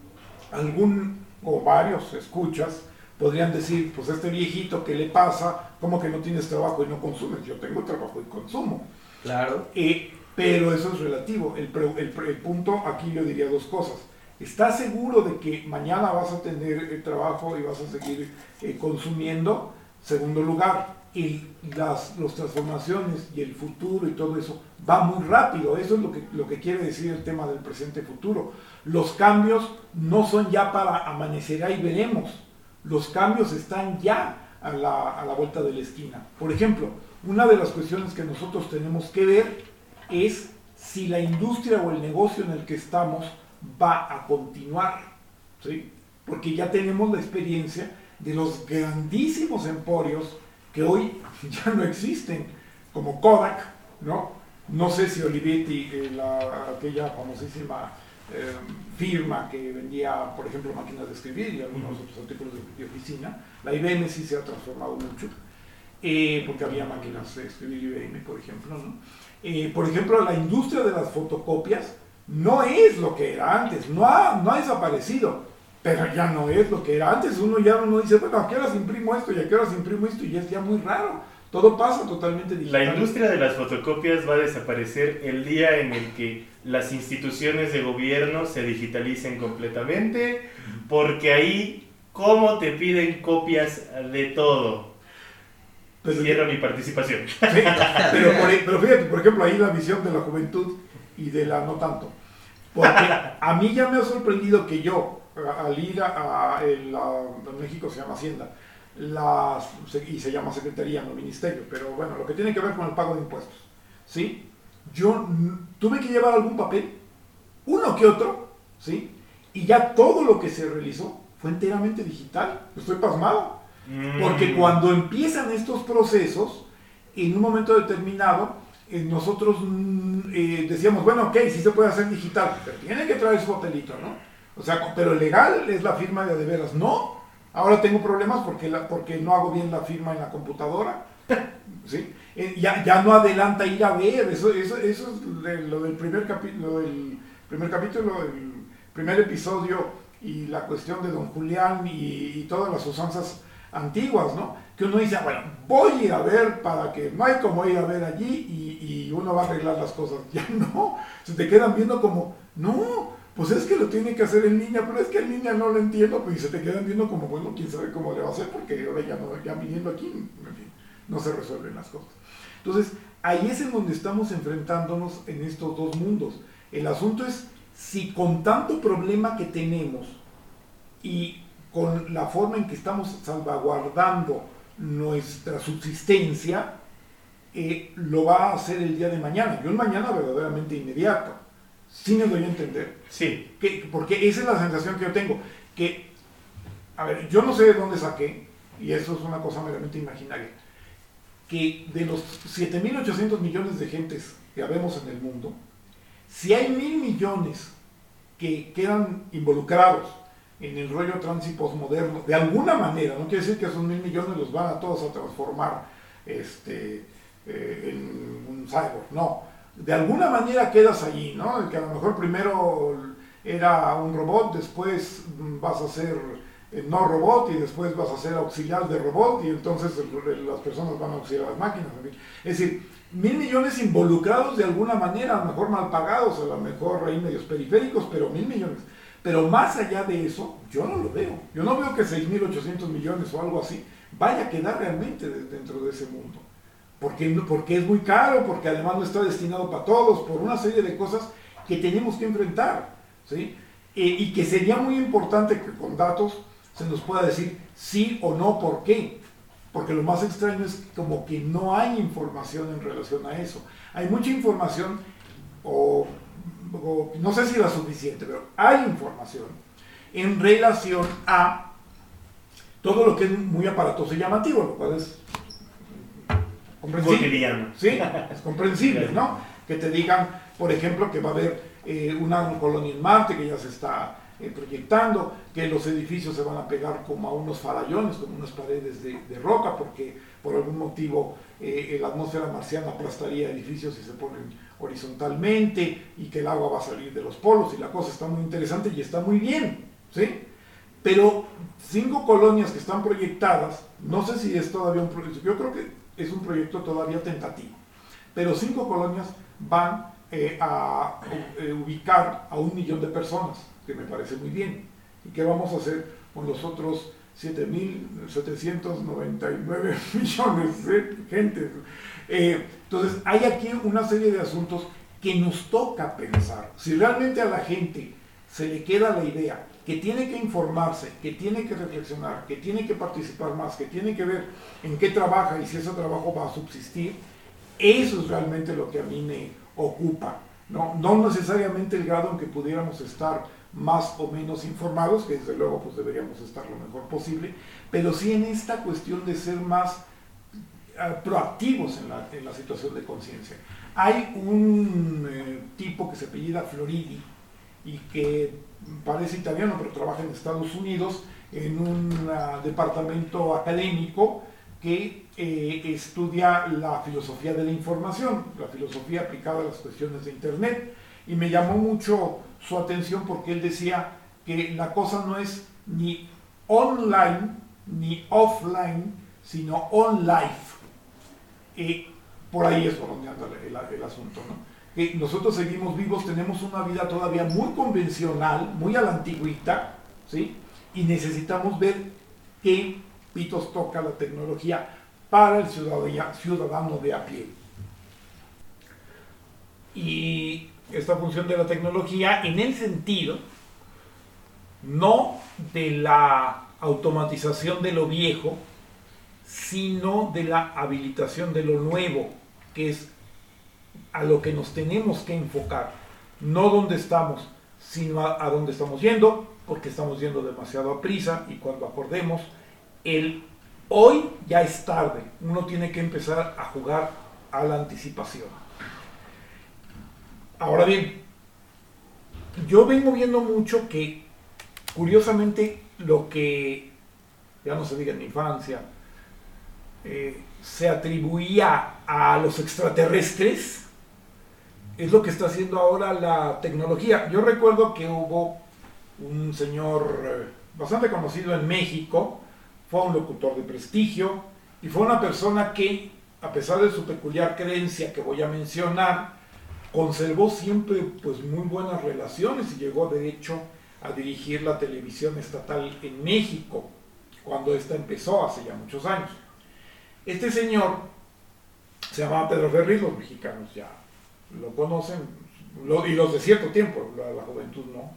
algún o varios escuchas podrían decir, pues este viejito, ¿qué le pasa? ¿Cómo que no tienes trabajo y no consumes? Yo tengo trabajo y consumo. Claro. Eh, pero eso es relativo. El, el, el punto aquí yo diría dos cosas. ¿Estás seguro de que mañana vas a tener el trabajo y vas a seguir eh, consumiendo? Segundo lugar, el, las los transformaciones y el futuro y todo eso va muy rápido. Eso es lo que, lo que quiere decir el tema del presente-futuro. Los cambios no son ya para amanecerá y veremos. Los cambios están ya a la, a la vuelta de la esquina. Por ejemplo, una de las cuestiones que nosotros tenemos que ver es si la industria o el negocio en el que estamos va a continuar, ¿sí? Porque ya tenemos la experiencia de los grandísimos emporios que hoy ya no existen, como Kodak, ¿no? No sé si Olivetti, eh, la, aquella famosísima eh, firma que vendía, por ejemplo, máquinas de escribir y algunos uh-huh. otros artículos de, de oficina, la I B M sí se ha transformado mucho, eh, porque había máquinas de escribir I B M, por ejemplo, ¿no? Eh, por ejemplo, la industria de las fotocopias no es lo que era antes, no ha, no ha desaparecido, pero ya no es lo que era antes. Uno ya uno dice, bueno, ¿a qué horas imprimo esto? ¿Y a qué horas imprimo esto? Y es ya muy raro, todo pasa totalmente digital. La industria de las fotocopias va a desaparecer el día en el que las instituciones de gobierno se digitalicen completamente, porque ahí, ¿cómo te piden copias de todo? Pero, Cierro mi participación. Sí, pero, por, pero fíjate, por ejemplo, ahí la visión de la juventud y de la no tanto. Porque a mí ya me ha sorprendido que yo, al ir a, a, el, a, en México se llama Hacienda, la, y se llama Secretaría, no Ministerio, pero bueno, lo que tiene que ver con el pago de impuestos, ¿sí? Yo tuve que llevar algún papel, uno que otro, ¿sí? Y ya todo lo que se realizó fue enteramente digital. Estoy pasmado. Mm. Porque cuando empiezan estos procesos, en un momento determinado, eh, nosotros eh, decíamos, bueno, ok, sí se puede hacer digital, pero tiene que traer su papelito, ¿no? O sea, pero legal es la firma de de veras. No, Ahora tengo problemas porque, la, porque no hago bien la firma en la computadora. ¿Sí? Eh, ya, ya no adelanta ir a ver. Eso, eso, eso es de, lo del primer capítulo, del primer capítulo, el primer episodio y la cuestión de Don Julián y, y todas las usanzas antiguas, ¿no? Que uno dice, bueno, voy a ir a ver para que no hay como ir a ver allí y, y uno va a arreglar las cosas. Ya no, se te quedan viendo como, no. Pues es que lo tiene que hacer en línea, pero es que en línea no lo entiendo, pues y se te quedan viendo como, bueno, quién sabe cómo le va a hacer, porque ahora ya, no, ya viniendo aquí, en fin, no se resuelven las cosas. Entonces, ahí es en donde estamos enfrentándonos en estos dos mundos. El asunto es si con tanto problema que tenemos y con la forma en que estamos salvaguardando nuestra subsistencia, eh, lo va a hacer el día de mañana, y un mañana verdaderamente inmediato. ¿Sí me doy a entender? Sí. Que, porque esa es la sensación que yo tengo. Que, a ver, yo no sé de dónde saqué, y eso es una cosa meramente imaginaria, que de los siete mil ochocientos millones de gentes que habemos en el mundo, si hay mil millones que quedan involucrados en el rollo trans y postmoderno, de alguna manera, no quiere decir que esos mil millones los van a todos a transformar este, eh, en un cyborg, no. De alguna manera quedas allí, ¿no? Que a lo mejor primero era un robot, después vas a ser no robot y después vas a ser auxiliar de robot y entonces las personas van a auxiliar a las máquinas. Es decir, mil millones involucrados de alguna manera, a lo mejor mal pagados, a lo mejor ahí medios periféricos, pero mil millones. Pero más allá de eso, yo no lo veo. Yo no veo que seis mil ochocientos millones o algo así vaya a quedar realmente dentro de ese mundo. Porque, porque es muy caro, porque además no está destinado para todos, por una serie de cosas que tenemos que enfrentar, ¿sí? Eh, y que sería muy importante que con datos se nos pueda decir sí o no, ¿por qué? Porque lo más extraño es como que no hay información en relación a eso. Hay mucha información, o, o no sé si la suficiente, pero hay información en relación a todo lo que es muy aparatoso y llamativo, lo cual es comprensible. Sí, es comprensible, ¿no? Que te digan, por ejemplo, que va a haber eh, una colonia en Marte que ya se está eh, proyectando, que los edificios se van a pegar como a unos farallones, como unas paredes de, de roca, porque por algún motivo eh, la atmósfera marciana aplastaría edificios si se ponen horizontalmente, y que el agua va a salir de los polos, y la cosa está muy interesante y está muy bien, ¿sí? Pero cinco colonias que están proyectadas, no sé si es todavía un proyecto, yo creo que es un proyecto todavía tentativo, pero cinco colonias van eh, a eh, ubicar a un millón de personas, que me parece muy bien. ¿Y qué vamos a hacer con los otros siete mil setecientos noventa y nueve millones de gente? Eh, entonces, hay aquí una serie de asuntos que nos toca pensar. Si realmente a la gente se le queda la idea que tiene que informarse, que tiene que reflexionar, que tiene que participar más, que tiene que ver en qué trabaja y si ese trabajo va a subsistir, eso es realmente lo que a mí me ocupa, ¿no? No necesariamente el grado en que pudiéramos estar más o menos informados, que desde luego pues deberíamos estar lo mejor posible, pero sí en esta cuestión de ser más uh, proactivos en la, en la situación de conciencia. Hay un eh, tipo que se apellida Floridi y que parece italiano, pero trabaja en Estados Unidos en un uh, departamento académico que eh, estudia la filosofía de la información, la filosofía aplicada a las cuestiones de Internet, y me llamó mucho su atención porque él decía que la cosa no es ni online ni offline, sino on life. Eh, por ahí es por donde anda el, el, el asunto, ¿no? Que nosotros seguimos vivos, tenemos una vida todavía muy convencional, muy a la antigüita, ¿sí? Y necesitamos ver qué pitos toca la tecnología para el ciudadano de a pie. Y esta función de la tecnología en el sentido no de la automatización de lo viejo, sino de la habilitación de lo nuevo, que es a lo que nos tenemos que enfocar, no donde estamos, sino a, a dónde estamos yendo, porque estamos yendo demasiado a prisa, y cuando acordemos, el hoy ya es tarde, uno tiene que empezar a jugar a la anticipación. Ahora bien, yo vengo viendo mucho que, curiosamente, lo que ya no se diga en mi infancia, eh, se atribuía a los extraterrestres, es lo que está haciendo ahora la tecnología. Yo recuerdo que hubo un señor eh, bastante conocido en México, fue un locutor de prestigio y fue una persona que, a pesar de su peculiar creencia que voy a mencionar, conservó siempre pues muy buenas relaciones y llegó de hecho a dirigir la televisión estatal en México cuando esta empezó hace ya muchos años. Este señor se llamaba Pedro Ferriz, los mexicanos ya lo conocen, lo, y los de cierto tiempo, la, la juventud no.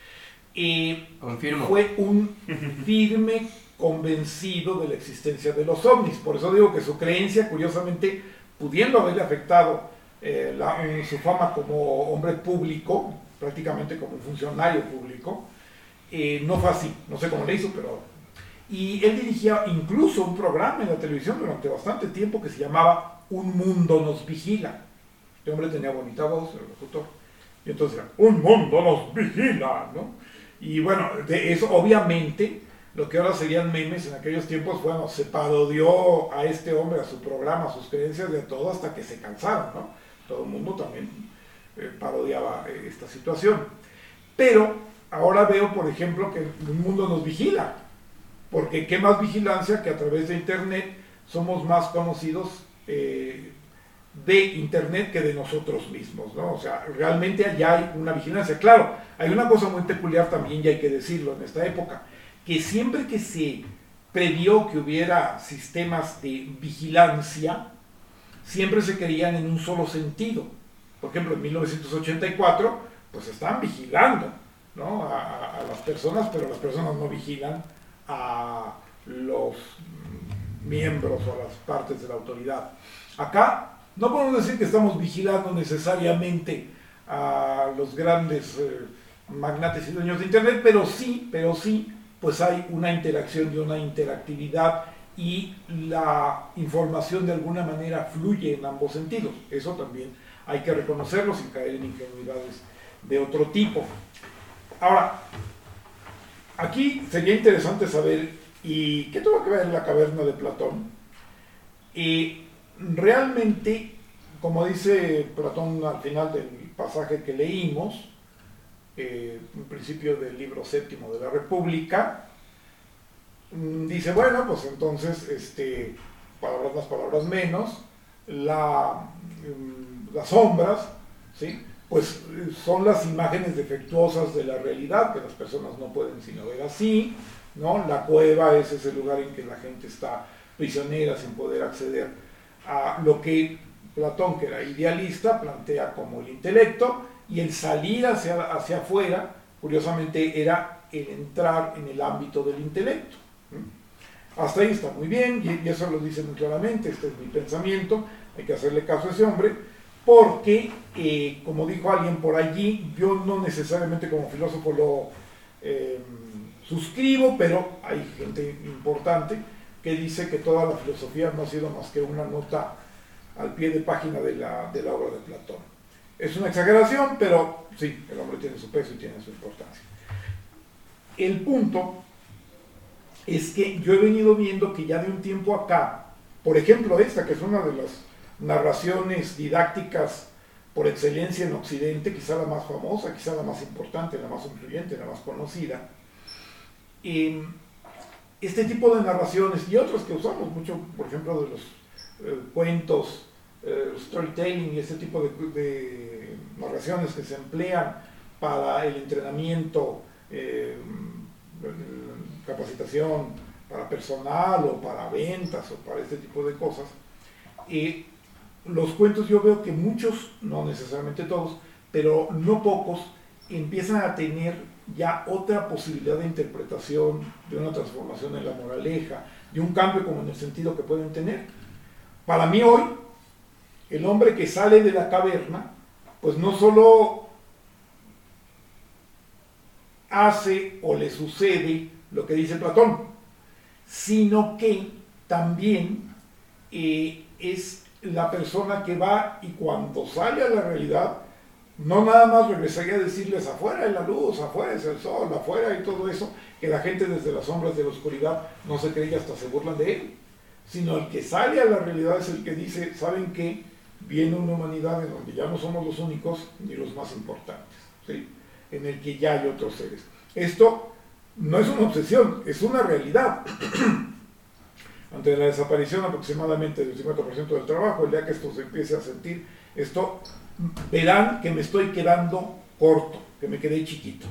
Y Confirmo. Fue un firme convencido de la existencia de los ovnis. Por eso digo que su creencia, curiosamente, pudiendo haberle afectado eh, la, eh, su fama como hombre público, prácticamente como funcionario público, eh, no fue así. No sé cómo le hizo, pero... Y él dirigía incluso un programa en la televisión durante bastante tiempo que se llamaba Un Mundo Nos Vigila. Este hombre tenía bonita voz, el locutor. Y entonces era, Un Mundo Nos Vigila, ¿no? Y bueno, de eso obviamente, lo que ahora serían memes en aquellos tiempos, bueno, se parodió a este hombre, a su programa, a sus creencias, de todo hasta que se cansaron, ¿no? Todo el mundo también eh, parodiaba eh, esta situación. Pero ahora veo, por ejemplo, que el mundo nos vigila, porque qué más vigilancia que a través de Internet somos más conocidos eh, de Internet que de nosotros mismos, ¿no? O sea, realmente allá hay una vigilancia. Claro, hay una cosa muy peculiar también, y hay que decirlo en esta época, que siempre que se previó que hubiera sistemas de vigilancia, siempre se querían en un solo sentido. Por ejemplo, en mil novecientos ochenta y cuatro, pues estaban vigilando, ¿no? a, a las personas, pero las personas no vigilan a los miembros o a las partes de la autoridad. Acá no podemos decir que estamos vigilando necesariamente a los grandes eh, magnates y dueños de Internet, pero sí, pero sí, pues hay una interacción y una interactividad y la información de alguna manera fluye en ambos sentidos. Eso también hay que reconocerlo sin caer en ingenuidades de otro tipo. Ahora, aquí sería interesante saber, ¿y qué tuvo que ver la caverna de Platón? Y realmente, como dice Platón al final del pasaje que leímos, eh, en principio del libro séptimo de la República, dice, bueno, pues entonces, este, palabras más, palabras menos, la, las sombras, ¿sí? Pues son las imágenes defectuosas de la realidad, que las personas no pueden sino ver así, ¿no? La cueva es ese lugar en que la gente está prisionera sin poder acceder a lo que Platón, que era idealista, plantea como el intelecto, y el salir hacia, hacia afuera, curiosamente, era el entrar en el ámbito del intelecto. Hasta ahí está muy bien, y eso lo dice muy claramente, este es mi pensamiento, hay que hacerle caso a ese hombre, porque, eh, como dijo alguien por allí, yo no necesariamente como filósofo lo eh, suscribo, pero hay gente importante que dice que toda la filosofía no ha sido más que una nota al pie de página de la, de la obra de Platón. Es una exageración, pero sí, el hombre tiene su peso y tiene su importancia. El punto es que yo he venido viendo que ya de un tiempo acá, por ejemplo esta, que es una de las narraciones didácticas por excelencia en Occidente, quizá la más famosa, quizá la más importante, la más influyente, la más conocida, eh, este tipo de narraciones y otras que usamos mucho, por ejemplo, de los eh, cuentos, eh, storytelling y este tipo de, de narraciones que se emplean para el entrenamiento, eh, capacitación para personal o para ventas o para este tipo de cosas. Eh, los cuentos yo veo que muchos, no necesariamente todos, pero no pocos, empiezan a tener ya otra posibilidad de interpretación, de una transformación en la moraleja, de un cambio como en el sentido que pueden tener. Para mí hoy, el hombre que sale de la caverna, pues no solo hace o le sucede lo que dice Platón, sino que también eh, es la persona que va y cuando sale a la realidad no nada más regresaría a decirles afuera es la luz, afuera es el sol, afuera y todo eso, que la gente desde las sombras de la oscuridad no se cree y hasta se burlan de él, sino el que sale a la realidad es el que dice, ¿saben qué? Viene una humanidad en donde ya no somos los únicos ni los más importantes, ¿sí? En el que ya hay otros seres. Esto no es una obsesión, es una realidad. Ante la desaparición aproximadamente del cincuenta por ciento del trabajo, el día que esto se empiece a sentir, esto, verán que me estoy quedando corto, que me quedé chiquito.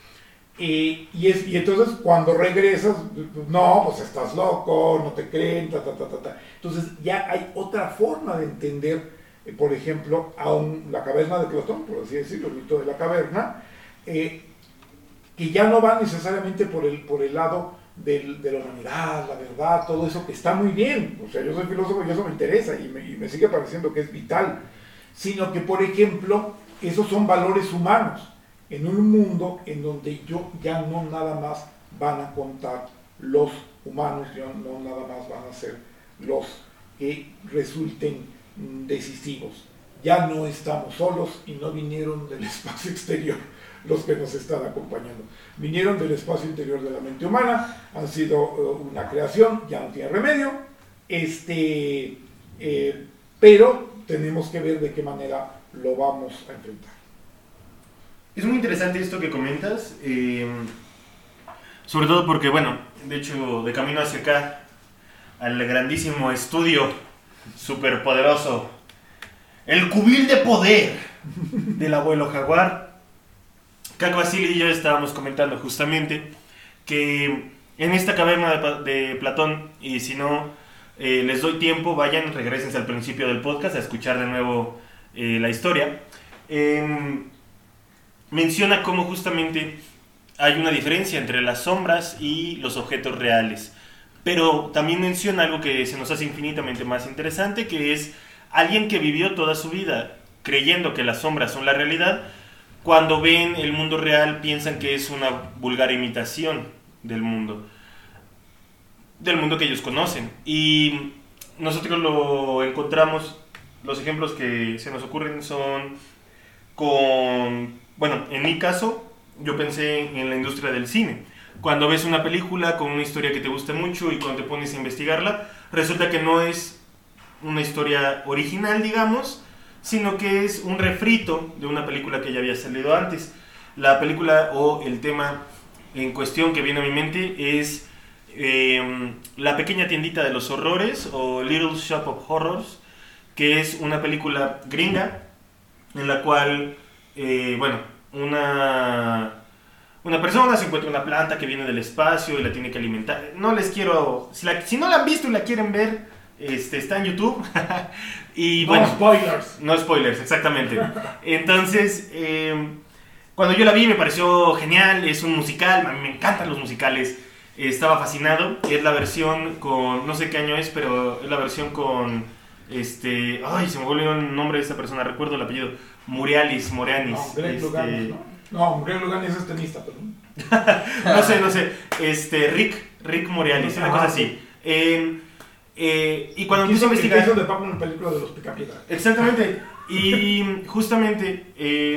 Y, y, es, y entonces cuando regresas, no, pues estás loco, no te creen, ta, ta, ta, ta, ta. Entonces ya hay otra forma de entender, eh, por ejemplo, a un, la caverna de Platón, por así decirlo, el mito de la caverna, eh, que ya no va necesariamente por el, por el lado del, de la humanidad, la verdad, todo eso que está muy bien, o sea, yo soy filósofo y eso me interesa y me, y me sigue pareciendo que es vital, sino que, por ejemplo, esos son valores humanos, en un mundo en donde yo ya no nada más van a contar los humanos, ya no nada más van a ser los que resulten decisivos, ya no estamos solos y no vinieron del espacio exterior los que nos están acompañando, vinieron del espacio interior de la mente humana, han sido uh, una creación, ya no tiene remedio, este, eh, pero tenemos que ver de qué manera lo vamos a enfrentar. Es muy interesante esto que comentas, eh, sobre todo porque, bueno, de hecho, de camino hacia acá, al grandísimo estudio superpoderoso, el cubil de poder del abuelo Jaguar, Caco Basile y yo estábamos comentando justamente que en esta caverna de, de Platón, y si no eh, les doy tiempo, vayan, regresense al principio del podcast a escuchar de nuevo eh, la historia, eh, menciona cómo justamente hay una diferencia entre las sombras y los objetos reales, pero también menciona algo que se nos hace infinitamente más interesante, que es alguien que vivió toda su vida creyendo que las sombras son la realidad. Cuando ven el mundo real piensan que es una vulgar imitación del mundo, del mundo que ellos conocen. Y nosotros lo encontramos, los ejemplos que se nos ocurren son con, bueno, en mi caso, yo pensé en la industria del cine. Cuando ves una película con una historia que te gusta mucho y cuando te pones a investigarla, resulta que no es una historia original, digamos, sino que es un refrito de una película que ya había salido antes. La película o el tema en cuestión que viene a mi mente es eh, La pequeña tiendita de los horrores o Little Shop of Horrors, que es una película gringa en la cual, eh, bueno, una, una persona se encuentra una planta que viene del espacio y la tiene que alimentar. No les quiero, si, la, si no la han visto y la quieren ver, Este, está en YouTube. Y bueno, no spoilers. No spoilers, exactamente. Entonces, eh, cuando yo la vi me pareció genial. Es un musical, a mí me encantan los musicales. eh, Estaba fascinado. Es la versión con, no sé qué año es, pero es la versión con este, ay, se me olvidó el nombre de esa persona, recuerdo el apellido, Murialis, Moreanis. No, Greg este... Louganis, ¿no? No, Greg Louganis es tenista, pero... no sé, no sé. Este, Rick, Rick Moreanis, una cosa así. Eh, Eh, y cuando empiezo a investigar... El de Paco en la película de los Picapiedra. Exactamente. Y justamente eh,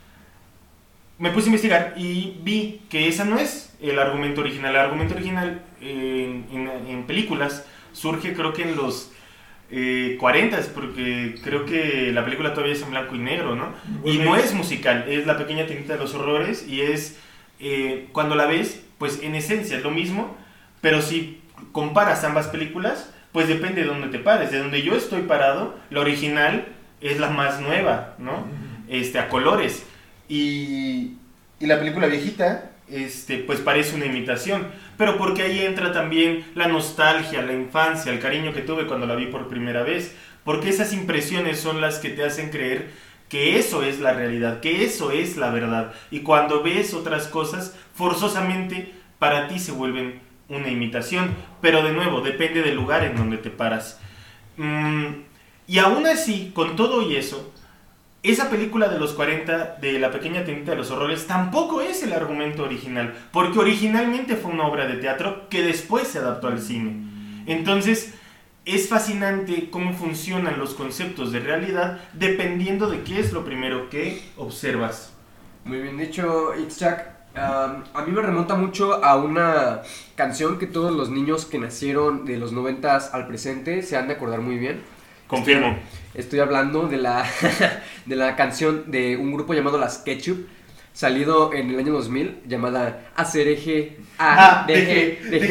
me puse a investigar y vi que esa no es el argumento original. El argumento original eh, en, en películas surge creo que en los eh, cuarenta, porque creo que la película todavía es en blanco y negro, ¿no? Bueno, y no es musical, es La pequeña tiendita de los horrores y es, eh, cuando la ves, pues en esencia es lo mismo, pero si comparas ambas películas, pues depende de dónde te pares. De donde yo estoy parado, la original es la más nueva, ¿no? Este, a colores. Y, y la película viejita, este, pues parece una imitación. Pero porque ahí entra también la nostalgia, la infancia, el cariño que tuve cuando la vi por primera vez. Porque esas impresiones son las que te hacen creer que eso es la realidad, que eso es la verdad. Y cuando ves otras cosas, forzosamente para ti se vuelven una imitación, pero de nuevo, depende del lugar en donde te paras. Mm, y aún así, con todo y eso, esa película de los cuarenta, de La pequeña tiendita de los horrores, tampoco es el argumento original, porque originalmente fue una obra de teatro que después se adaptó al cine. Entonces, es fascinante cómo funcionan los conceptos de realidad dependiendo de qué es lo primero que observas. Muy bien dicho, Ixchak. Um, a mí me remonta mucho a una canción que todos los niños que nacieron de los noventas al presente se han de acordar muy bien. Confirmo. Estoy, estoy hablando de la, de la canción de un grupo llamado Las Ketchup, salido en el año dos mil, llamada Acereje A D G D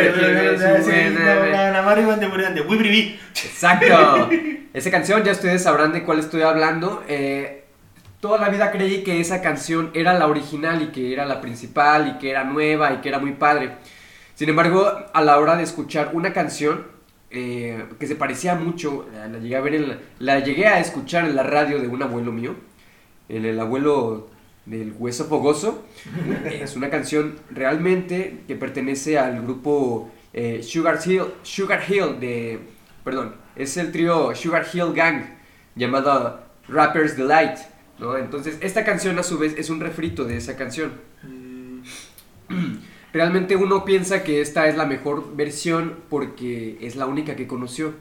G. Exacto. Esa canción, ya ustedes sabrán de cuál estoy hablando. Eh, toda la vida creí que esa canción era la original y que era la principal y que era nueva y que era muy padre. Sin embargo, a la hora de escuchar una canción eh, que se parecía mucho, la, la llegué a ver en la, la llegué a escuchar en la radio de un abuelo mío, el, el abuelo del Hueso Fogoso. Es una canción realmente que pertenece al grupo eh, Sugar Hill, Sugar Hill de, perdón, es el trío Sugar Hill Gang llamado Rapper's Delight, ¿no? Entonces esta canción a su vez es un refrito de esa canción. Realmente uno piensa que esta es la mejor versión porque es la única que conoció.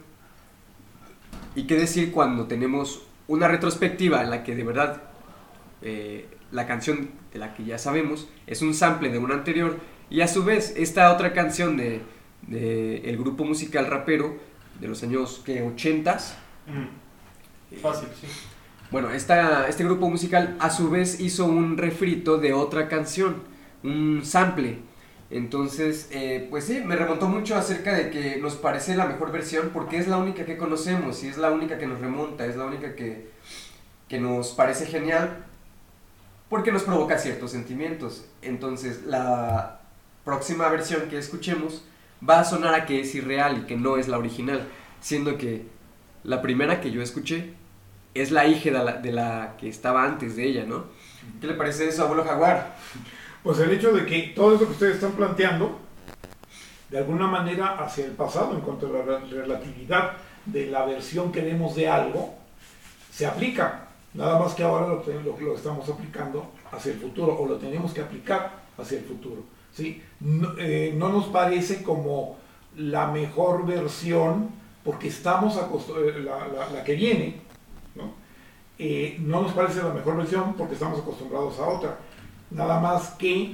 Y qué decir cuando tenemos una retrospectiva en la que de verdad eh, la canción de la que ya sabemos es un sample de una anterior, y a su vez esta otra canción de, de el grupo musical rapero de los años que ochentas. Mm. Fácil, sí. Bueno, esta, este grupo musical a su vez hizo un refrito de otra canción, un sample. Entonces, eh, pues sí, me remontó mucho acerca de que nos parece la mejor versión porque es la única que conocemos y es la única que nos remonta, es la única que, que nos parece genial porque nos provoca ciertos sentimientos. Entonces, la próxima versión que escuchemos va a sonar a que es irreal y que no es la original, siendo que la primera que yo escuché es la hija de la, de la que estaba antes de ella, ¿no? ¿Qué le parece eso, abuelo Jaguar? Pues el hecho de que todo eso que ustedes están planteando, de alguna manera hacia el pasado, en cuanto a la relatividad de la versión que demos de algo, se aplica. Nada más que ahora lo, lo, lo estamos aplicando hacia el futuro, o lo tenemos que aplicar hacia el futuro, ¿sí? No, eh, no nos parece como la mejor versión, porque estamos acostumbrados, la, la, la que viene, ¿no? Eh, no nos parece la mejor versión porque estamos acostumbrados a otra. Nada más que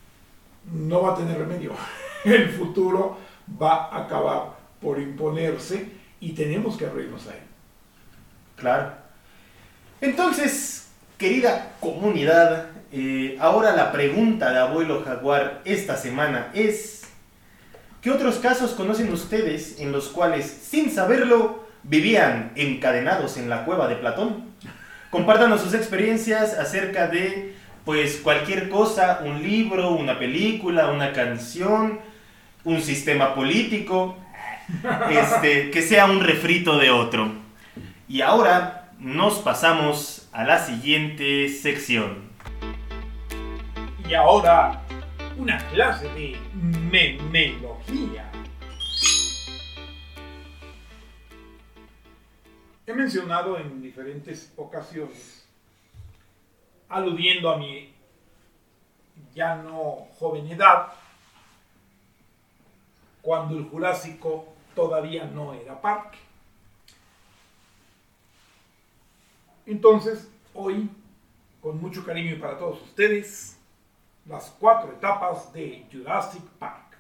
no va a tener remedio. El futuro va a acabar por imponerse y tenemos que abrirnos a él. Claro. Entonces, querida comunidad, eh, ahora la pregunta de abuelo Jaguar esta semana es: ¿qué otros casos conocen ustedes en los cuales, sin saberlo, vivían encadenados en la cueva de Platón? Compártanos sus experiencias acerca de, pues, cualquier cosa, un libro, una película, una canción, un sistema político, este, que sea un refrito de otro. Y ahora nos pasamos a la siguiente sección. Y ahora, una clase de memelogía. He mencionado en diferentes ocasiones, aludiendo a mi ya no joven edad, cuando el Jurásico todavía no era parque. Entonces, hoy, con mucho cariño y para todos ustedes, las cuatro etapas de Jurassic Park.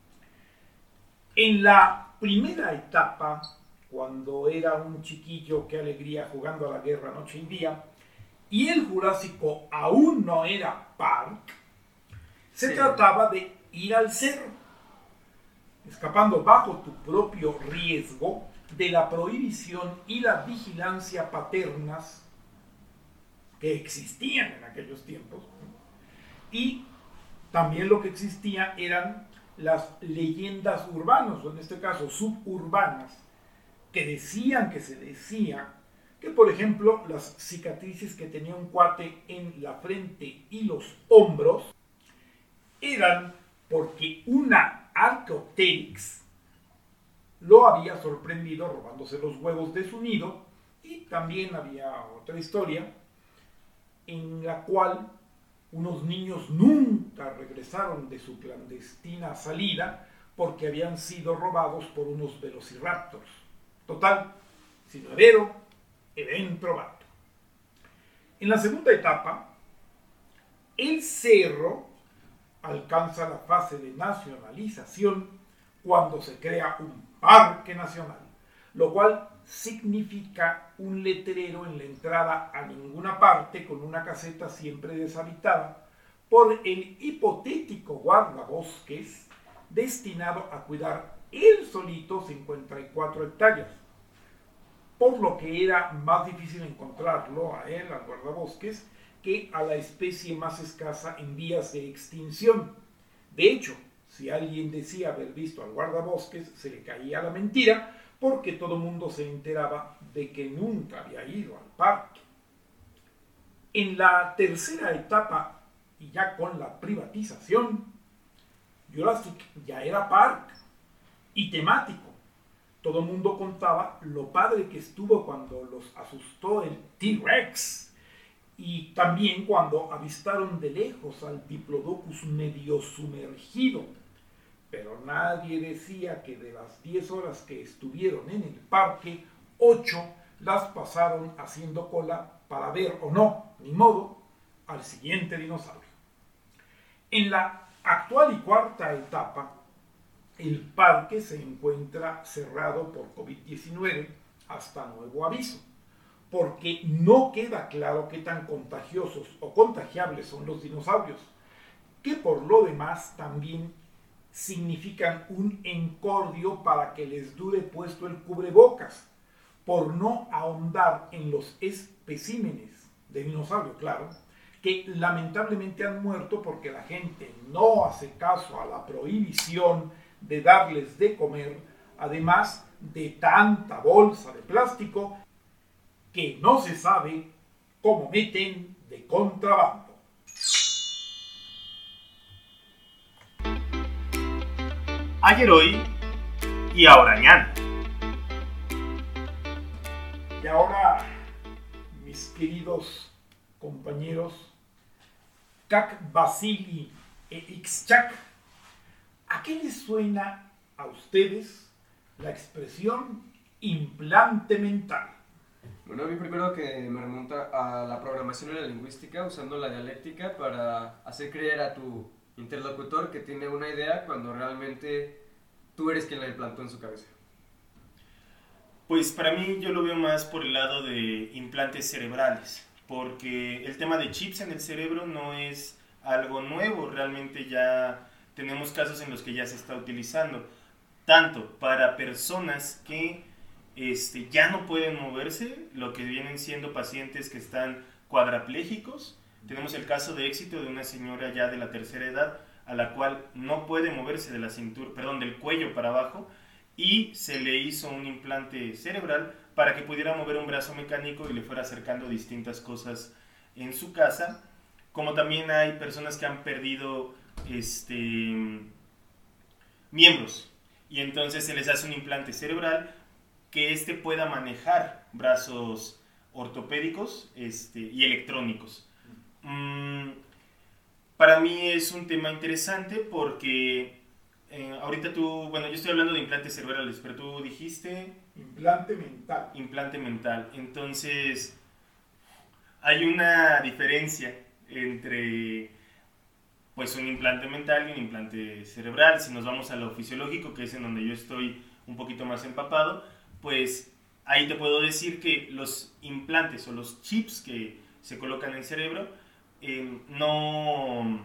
En la primera etapa, cuando era un chiquillo, qué alegría, jugando a la guerra noche y día, y el Jurásico aún no era park, se sí. trataba de ir al cerro, escapando bajo tu propio riesgo de la prohibición y la vigilancia paternas que existían en aquellos tiempos. Y también lo que existía eran las leyendas urbanas, o en este caso suburbanas, que decían que se decía que, por ejemplo, las cicatrices que tenía un cuate en la frente y los hombros eran porque una Archaeopteryx lo había sorprendido robándose los huevos de su nido, y también había otra historia en la cual unos niños nunca regresaron de su clandestina salida porque habían sido robados por unos velociraptors. Total, si no evero, evento vato. En la segunda etapa, el cerro alcanza la fase de nacionalización cuando se crea un parque nacional, lo cual significa un letrero en la entrada a ninguna parte con una caseta siempre deshabitada por el hipotético guardabosques destinado a cuidar él solito cincuenta y cuatro hectáreas, por lo que era más difícil encontrarlo a él, al guardabosques, que a la especie más escasa en vías de extinción. De hecho, si alguien decía haber visto al guardabosques, se le caía la mentira, porque todo el mundo se enteraba de que nunca había ido al parque. En la tercera etapa, y ya con la privatización, Jurassic ya era parque y temático. Todo el mundo contaba lo padre que estuvo cuando los asustó el T-Rex, y también cuando avistaron de lejos al Diplodocus medio sumergido. Pero nadie decía que de las diez horas que estuvieron en el parque, ocho las pasaron haciendo cola para ver o no, ni modo, al siguiente dinosaurio. En la actual y cuarta etapa, el parque se encuentra cerrado por COVID diecinueve hasta nuevo aviso, porque no queda claro qué tan contagiosos o contagiables son los dinosaurios, que por lo demás también significan un encordio para que les dure puesto el cubrebocas, por no ahondar en los especímenes de dinosaurio, claro, que lamentablemente han muerto porque la gente no hace caso a la prohibición de darles de comer, además de tanta bolsa de plástico que no se sabe cómo meten de contrabando. Ayer, hoy y ahora mañana. Y ahora, mis queridos compañeros, Cac Basili e Ixchac, ¿a qué les suena a ustedes la expresión implante mental? Bueno, a mí primero que me remonta a la programación y la lingüística, usando la dialéctica para hacer creer a tu interlocutor que tiene una idea cuando realmente tú eres quien la implantó en su cabeza. Pues para mí yo lo veo más por el lado de implantes cerebrales, porque el tema de chips en el cerebro no es algo nuevo, realmente ya tenemos casos en los que ya se está utilizando, tanto para personas que este, ya no pueden moverse, lo que vienen siendo pacientes que están cuadraplégicos. Tenemos el caso de éxito de una señora ya de la tercera edad, a la cual no puede moverse de la cintura, perdón, del cuello para abajo, y se le hizo un implante cerebral para que pudiera mover un brazo mecánico y le fuera acercando distintas cosas en su casa. Como también hay personas que han perdido este, miembros, y entonces se les hace un implante cerebral que éste pueda manejar brazos ortopédicos este, y electrónicos. Mm, para mí es un tema interesante porque eh, ahorita tú, bueno, yo estoy hablando de implantes cerebrales, pero tú dijiste... Implante mental. Implante mental. Entonces, hay una diferencia entre pues un implante mental y un implante cerebral. Si nos vamos a lo fisiológico, que es en donde yo estoy un poquito más empapado, pues ahí te puedo decir que los implantes o los chips que se colocan en el cerebro eh, no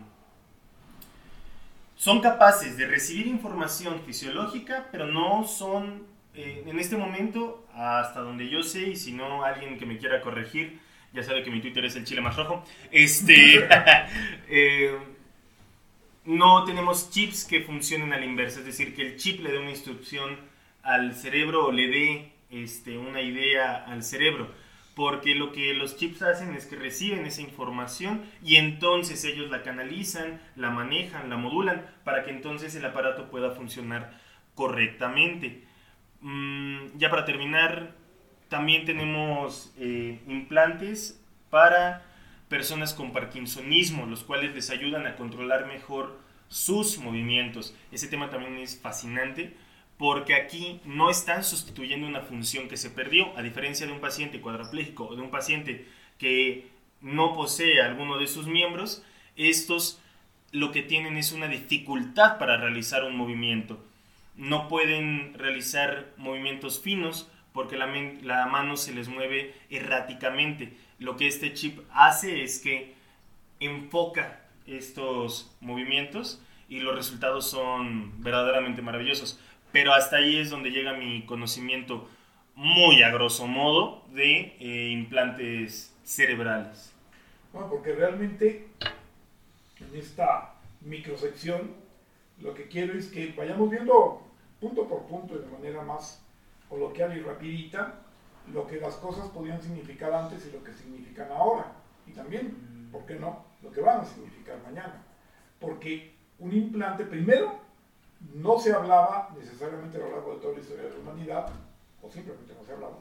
son capaces de recibir información fisiológica, pero no son eh, en este momento, hasta donde yo sé, y si no alguien que me quiera corregir, ya sabe que mi Twitter es el chile más rojo, este, eh, no tenemos chips que funcionen a la inversa, es decir, que el chip le dé una instrucción al cerebro o le dé este, una idea al cerebro, porque lo que los chips hacen es que reciben esa información y entonces ellos la canalizan, la manejan, la modulan para que entonces el aparato pueda funcionar correctamente. Mm, ya para terminar, también tenemos eh, implantes para personas con parkinsonismo, los cuales les ayudan a controlar mejor sus movimientos. Ese tema también es fascinante porque aquí no están sustituyendo una función que se perdió, a diferencia de un paciente cuadraplégico o de un paciente que no posee alguno de sus miembros. Estos lo que tienen es una dificultad para realizar un movimiento. No pueden realizar movimientos finos porque la, la mano se les mueve erráticamente. Lo que este chip hace es que enfoca estos movimientos y los resultados son verdaderamente maravillosos. Pero hasta ahí es donde llega mi conocimiento muy a grosso modo de eh, implantes cerebrales. Bueno, porque realmente en esta microsección lo que quiero es que vayamos viendo punto por punto y de manera más coloquial y rapidita lo que las cosas podían significar antes y lo que significan ahora. Y también, ¿por qué no?, lo que van a significar mañana. Porque un implante, primero, no se hablaba necesariamente a lo largo de toda la historia de la humanidad, o simplemente no se hablaba,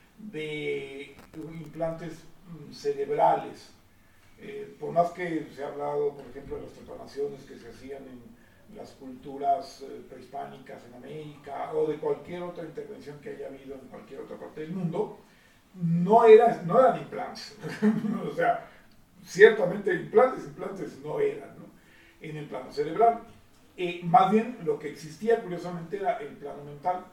de implantes cerebrales. Eh, por más que se ha hablado, por ejemplo, de las trepanaciones que se hacían en las culturas eh, prehispánicas en América, o de cualquier otra intervención que haya habido en cualquier otra parte del mundo, no, era, no eran implantes. O sea, ciertamente implantes, implantes no eran, ¿no?, en el plano cerebral. Eh, más bien lo que existía curiosamente era el plano mental,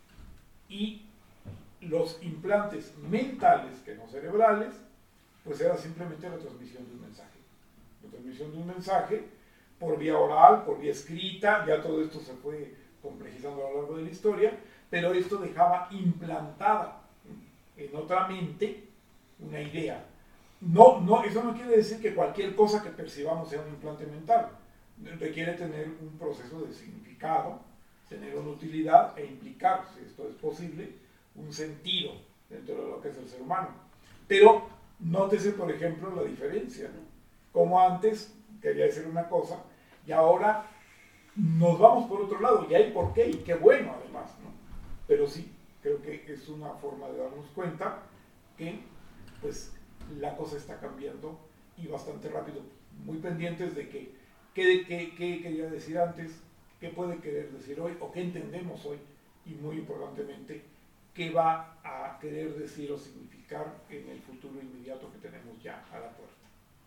y los implantes mentales, que no cerebrales, pues era simplemente la transmisión de un mensaje. La transmisión de un mensaje por vía oral, por vía escrita, ya todo esto se fue complejizando a lo largo de la historia, pero esto dejaba implantada en otra mente una idea. No, no, eso no quiere decir que cualquier cosa que percibamos sea un implante mental. Requiere tener un proceso de significado, tener una utilidad e implicar, si esto es posible, un sentido dentro de lo que es el ser humano. Pero nótese, por ejemplo, la diferencia, ¿no? Como antes quería decir una cosa y ahora nos vamos por otro lado, y hay por qué, y qué bueno además, ¿no? Pero sí, creo que es una forma de darnos cuenta que pues la cosa está cambiando y bastante rápido. Muy pendientes de que qué, qué, qué quería decir antes, qué puede querer decir hoy o qué entendemos hoy, y muy importantemente qué va a querer decir o significar en el futuro inmediato que tenemos ya a la puerta.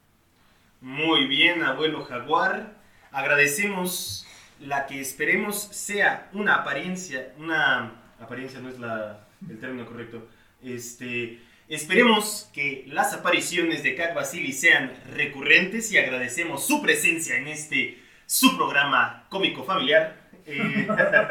Muy bien, abuelo Jaguar. Agradecemos la que esperemos sea una apariencia, una apariencia no es la, el término correcto. Este, esperemos que las apariciones de Cac Vasili sean recurrentes, y agradecemos su presencia en este su programa cómico familiar. Eh,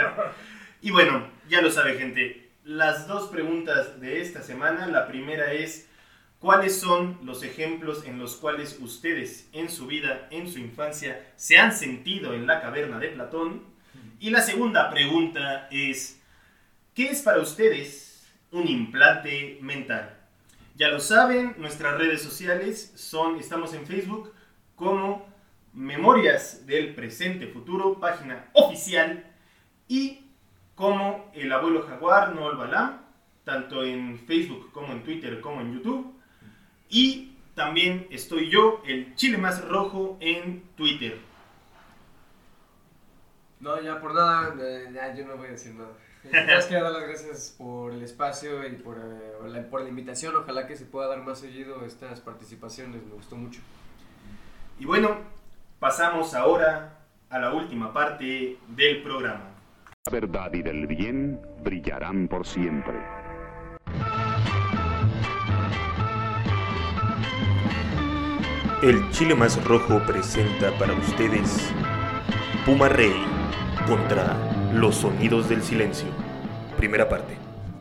y bueno, ya lo sabe, gente. Las dos preguntas de esta semana. La primera es: ¿cuáles son los ejemplos en los cuales ustedes en su vida, en su infancia, se han sentido en la caverna de Platón? Y la segunda pregunta es: ¿qué es para ustedes un implante mental? Ya lo saben, nuestras redes sociales son, estamos en Facebook como Memorias del Presente Futuro, página oficial, y como El Abuelo Jaguar No el Balam, tanto en Facebook como en Twitter como en YouTube. Y también estoy yo, el Chile Más Rojo, en Twitter. No, ya por nada, eh, ya yo no voy a decir nada. Más que dar las gracias por el espacio y por, eh, la, por la invitación. Ojalá que se pueda dar más seguido estas participaciones, me gustó mucho. Y bueno, pasamos ahora a la última parte del programa. La verdad y del bien brillarán por siempre. El Chile Más Rojo presenta para ustedes Puma Rey contra los sonidos del silencio. Primera parte.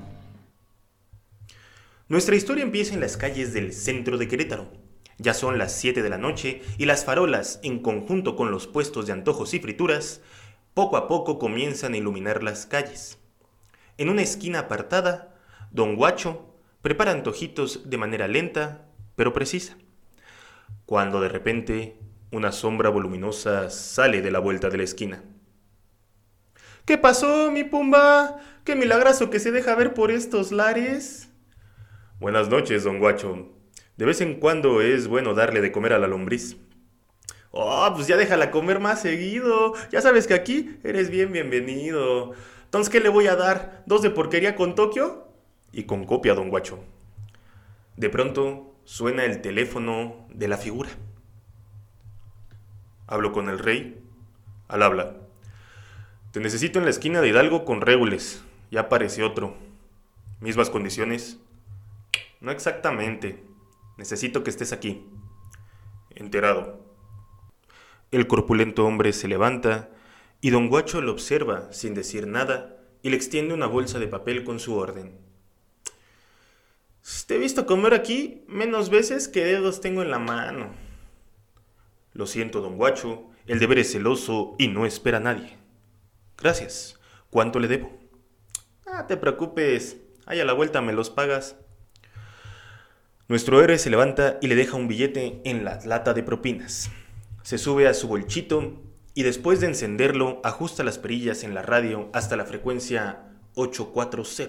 Nuestra historia empieza en las calles del centro de Querétaro. Ya son las siete de la noche y las farolas, en conjunto con los puestos de antojos y frituras, poco a poco comienzan a iluminar las calles. En una esquina apartada, Don Guacho prepara antojitos de manera lenta, pero precisa. Cuando de repente una sombra voluminosa sale de la vuelta de la esquina. ¿Qué pasó, mi Pumba? ¿Qué milagroso que se deja ver por estos lares? Buenas noches, don Guacho. De vez en cuando es bueno darle de comer a la lombriz. Oh, pues ya déjala comer más seguido. Ya sabes que aquí eres bien bienvenido. Entonces, ¿qué le voy a dar? ¿Dos de porquería con Tokio? Y con copia, don Guacho. De pronto suena el teléfono de la figura. Hablo con el rey. Al habla. Te necesito en la esquina de Hidalgo con Régules. Ya aparece otro. ¿Mismas condiciones? No exactamente. Necesito que estés aquí. Enterado. El corpulento hombre se levanta y don Guacho lo observa sin decir nada y le extiende una bolsa de papel con su orden. Te he visto comer aquí menos veces que dedos tengo en la mano. Lo siento, don Guacho, el deber es celoso y no espera a nadie. Gracias. ¿Cuánto le debo? Ah, te preocupes, ahí a la vuelta me los pagas. Nuestro héroe se levanta y le deja un billete en la lata de propinas. Se sube a su bolchito y después de encenderlo ajusta las perillas en la radio hasta la frecuencia ochocientos cuarenta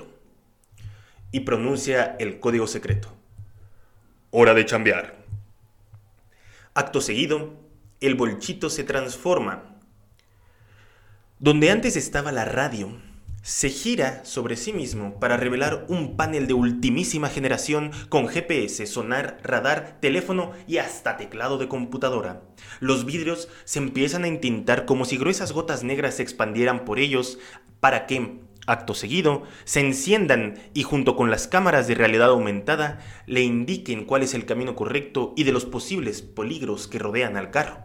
y pronuncia el código secreto. Hora de chambear. Acto seguido, el bolchito se transforma. Donde antes estaba la radio, se gira sobre sí mismo para revelar un panel de ultimísima generación con G P S, sonar, radar, teléfono y hasta teclado de computadora. Los vidrios se empiezan a entintar como si gruesas gotas negras se expandieran por ellos para que, acto seguido, se enciendan y junto con las cámaras de realidad aumentada le indiquen cuál es el camino correcto y de los posibles peligros que rodean al carro.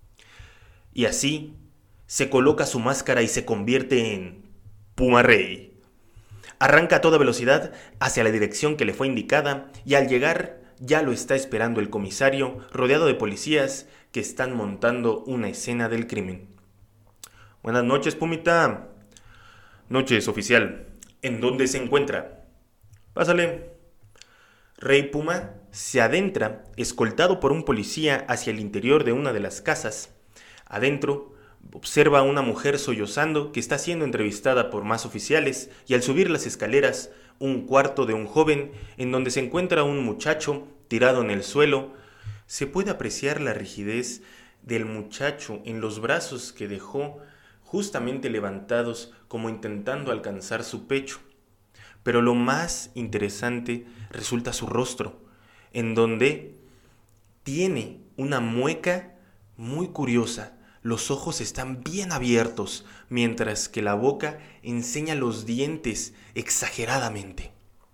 Y así se coloca su máscara y se convierte en Puma Rey. Arranca a toda velocidad hacia la dirección que le fue indicada y al llegar ya lo está esperando el comisario rodeado de policías que están montando una escena del crimen. Buenas noches, Pumita. Noches, oficial. ¿En dónde se encuentra? Pásale. Rey Puma se adentra, escoltado por un policía, hacia el interior de una de las casas. Adentro, observa a una mujer sollozando que está siendo entrevistada por más oficiales y al subir las escaleras, un cuarto de un joven en donde se encuentra un muchacho tirado en el suelo. Se puede apreciar la rigidez del muchacho en los brazos que dejó justamente levantados como intentando alcanzar su pecho. Pero lo más interesante resulta su rostro, en donde tiene una mueca muy curiosa. Los ojos están bien abiertos, mientras que la boca enseña los dientes exageradamente.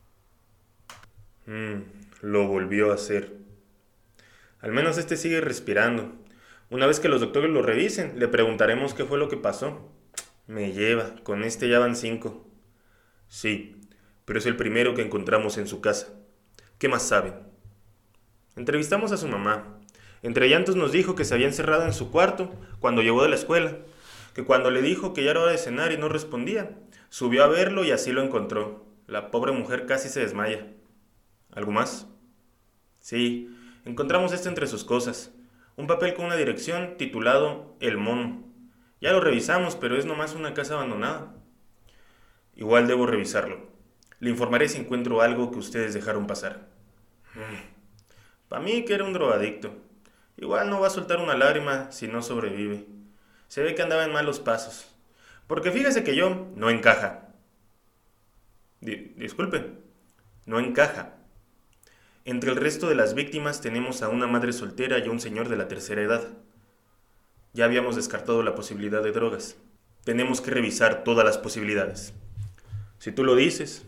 Mm, lo volvió a hacer. Al menos este sigue respirando. Una vez que los doctores lo revisen, le preguntaremos qué fue lo que pasó. Me lleva, con este ya van cinco. Sí, pero es el primero que encontramos en su casa. ¿Qué más saben? Entrevistamos a su mamá. Entre llantos nos dijo que se había encerrado en su cuarto cuando llegó de la escuela, que cuando le dijo que ya era hora de cenar y no respondía, subió a verlo y así lo encontró. La pobre mujer casi se desmaya. ¿Algo más? Sí, encontramos esto entre sus cosas. Un papel con una dirección titulado El Mono. Ya lo revisamos, pero es nomás una casa abandonada. Igual debo revisarlo. Le informaré si encuentro algo que ustedes dejaron pasar. Para mí que era un drogadicto. Igual no va a soltar una lágrima si no sobrevive. Se ve que andaba en malos pasos. Porque fíjese que yo no encaja. Di- disculpe, no encaja. Entre el resto de las víctimas tenemos a una madre soltera y a un señor de la tercera edad. Ya habíamos descartado la posibilidad de drogas. Tenemos que revisar todas las posibilidades. Si tú lo dices.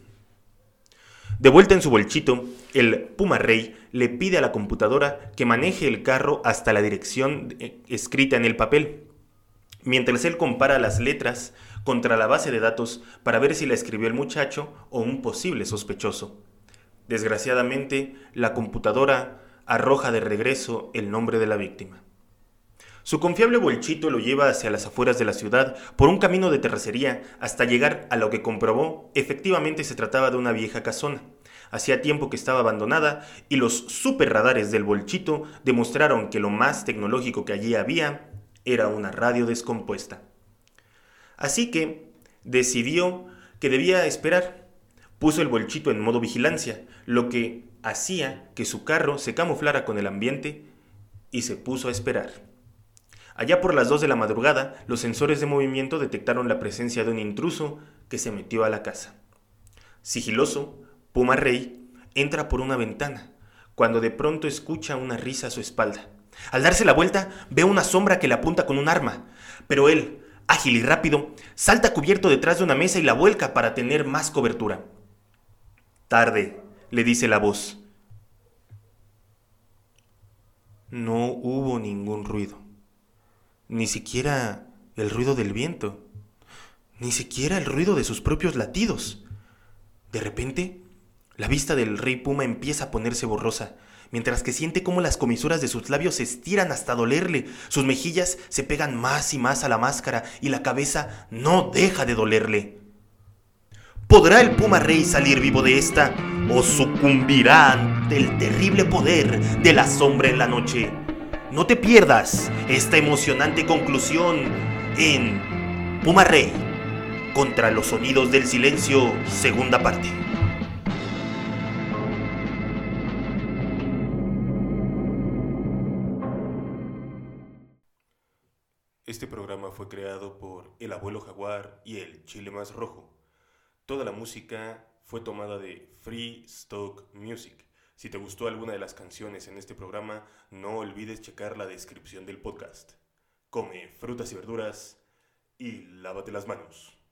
De vuelta en su bolchito, el Puma Rey le pide a la computadora que maneje el carro hasta la dirección escrita en el papel, mientras él compara las letras contra la base de datos para ver si la escribió el muchacho o un posible sospechoso. Desgraciadamente, la computadora arroja de regreso el nombre de la víctima. Su confiable bolchito lo lleva hacia las afueras de la ciudad por un camino de terracería hasta llegar a lo que comprobó efectivamente se trataba de una vieja casona. Hacía tiempo que estaba abandonada y los superradares del bolchito demostraron que lo más tecnológico que allí había era una radio descompuesta. Así que decidió que debía esperar. Puso el bolchito en modo vigilancia, lo que hacía que su carro se camuflara con el ambiente y se puso a esperar. Allá por las dos de la madrugada, los sensores de movimiento detectaron la presencia de un intruso que se metió a la casa. Sigiloso, Puma Rey entra por una ventana, cuando de pronto escucha una risa a su espalda. Al darse la vuelta, ve una sombra que le apunta con un arma, pero él, ágil y rápido, salta cubierto detrás de una mesa y la vuelca para tener más cobertura. Tarde, le dice la voz. No hubo ningún ruido, ni siquiera el ruido del viento, ni siquiera el ruido de sus propios latidos. De repente, la vista del rey Puma empieza a ponerse borrosa, mientras que siente cómo las comisuras de sus labios se estiran hasta dolerle, sus mejillas se pegan más y más a la máscara y la cabeza no deja de dolerle. ¿Podrá el Puma Rey salir vivo de esta o sucumbirá ante el terrible poder de la sombra en la noche? No te pierdas esta emocionante conclusión en Puma Rey contra los sonidos del silencio, segunda parte. Este programa fue creado por El Abuelo Jaguar y El Chile Más Rojo. Toda la música fue tomada de Free Stock Music. Si te gustó alguna de las canciones en este programa, no olvides checar la descripción del podcast. Come frutas y verduras y lávate las manos.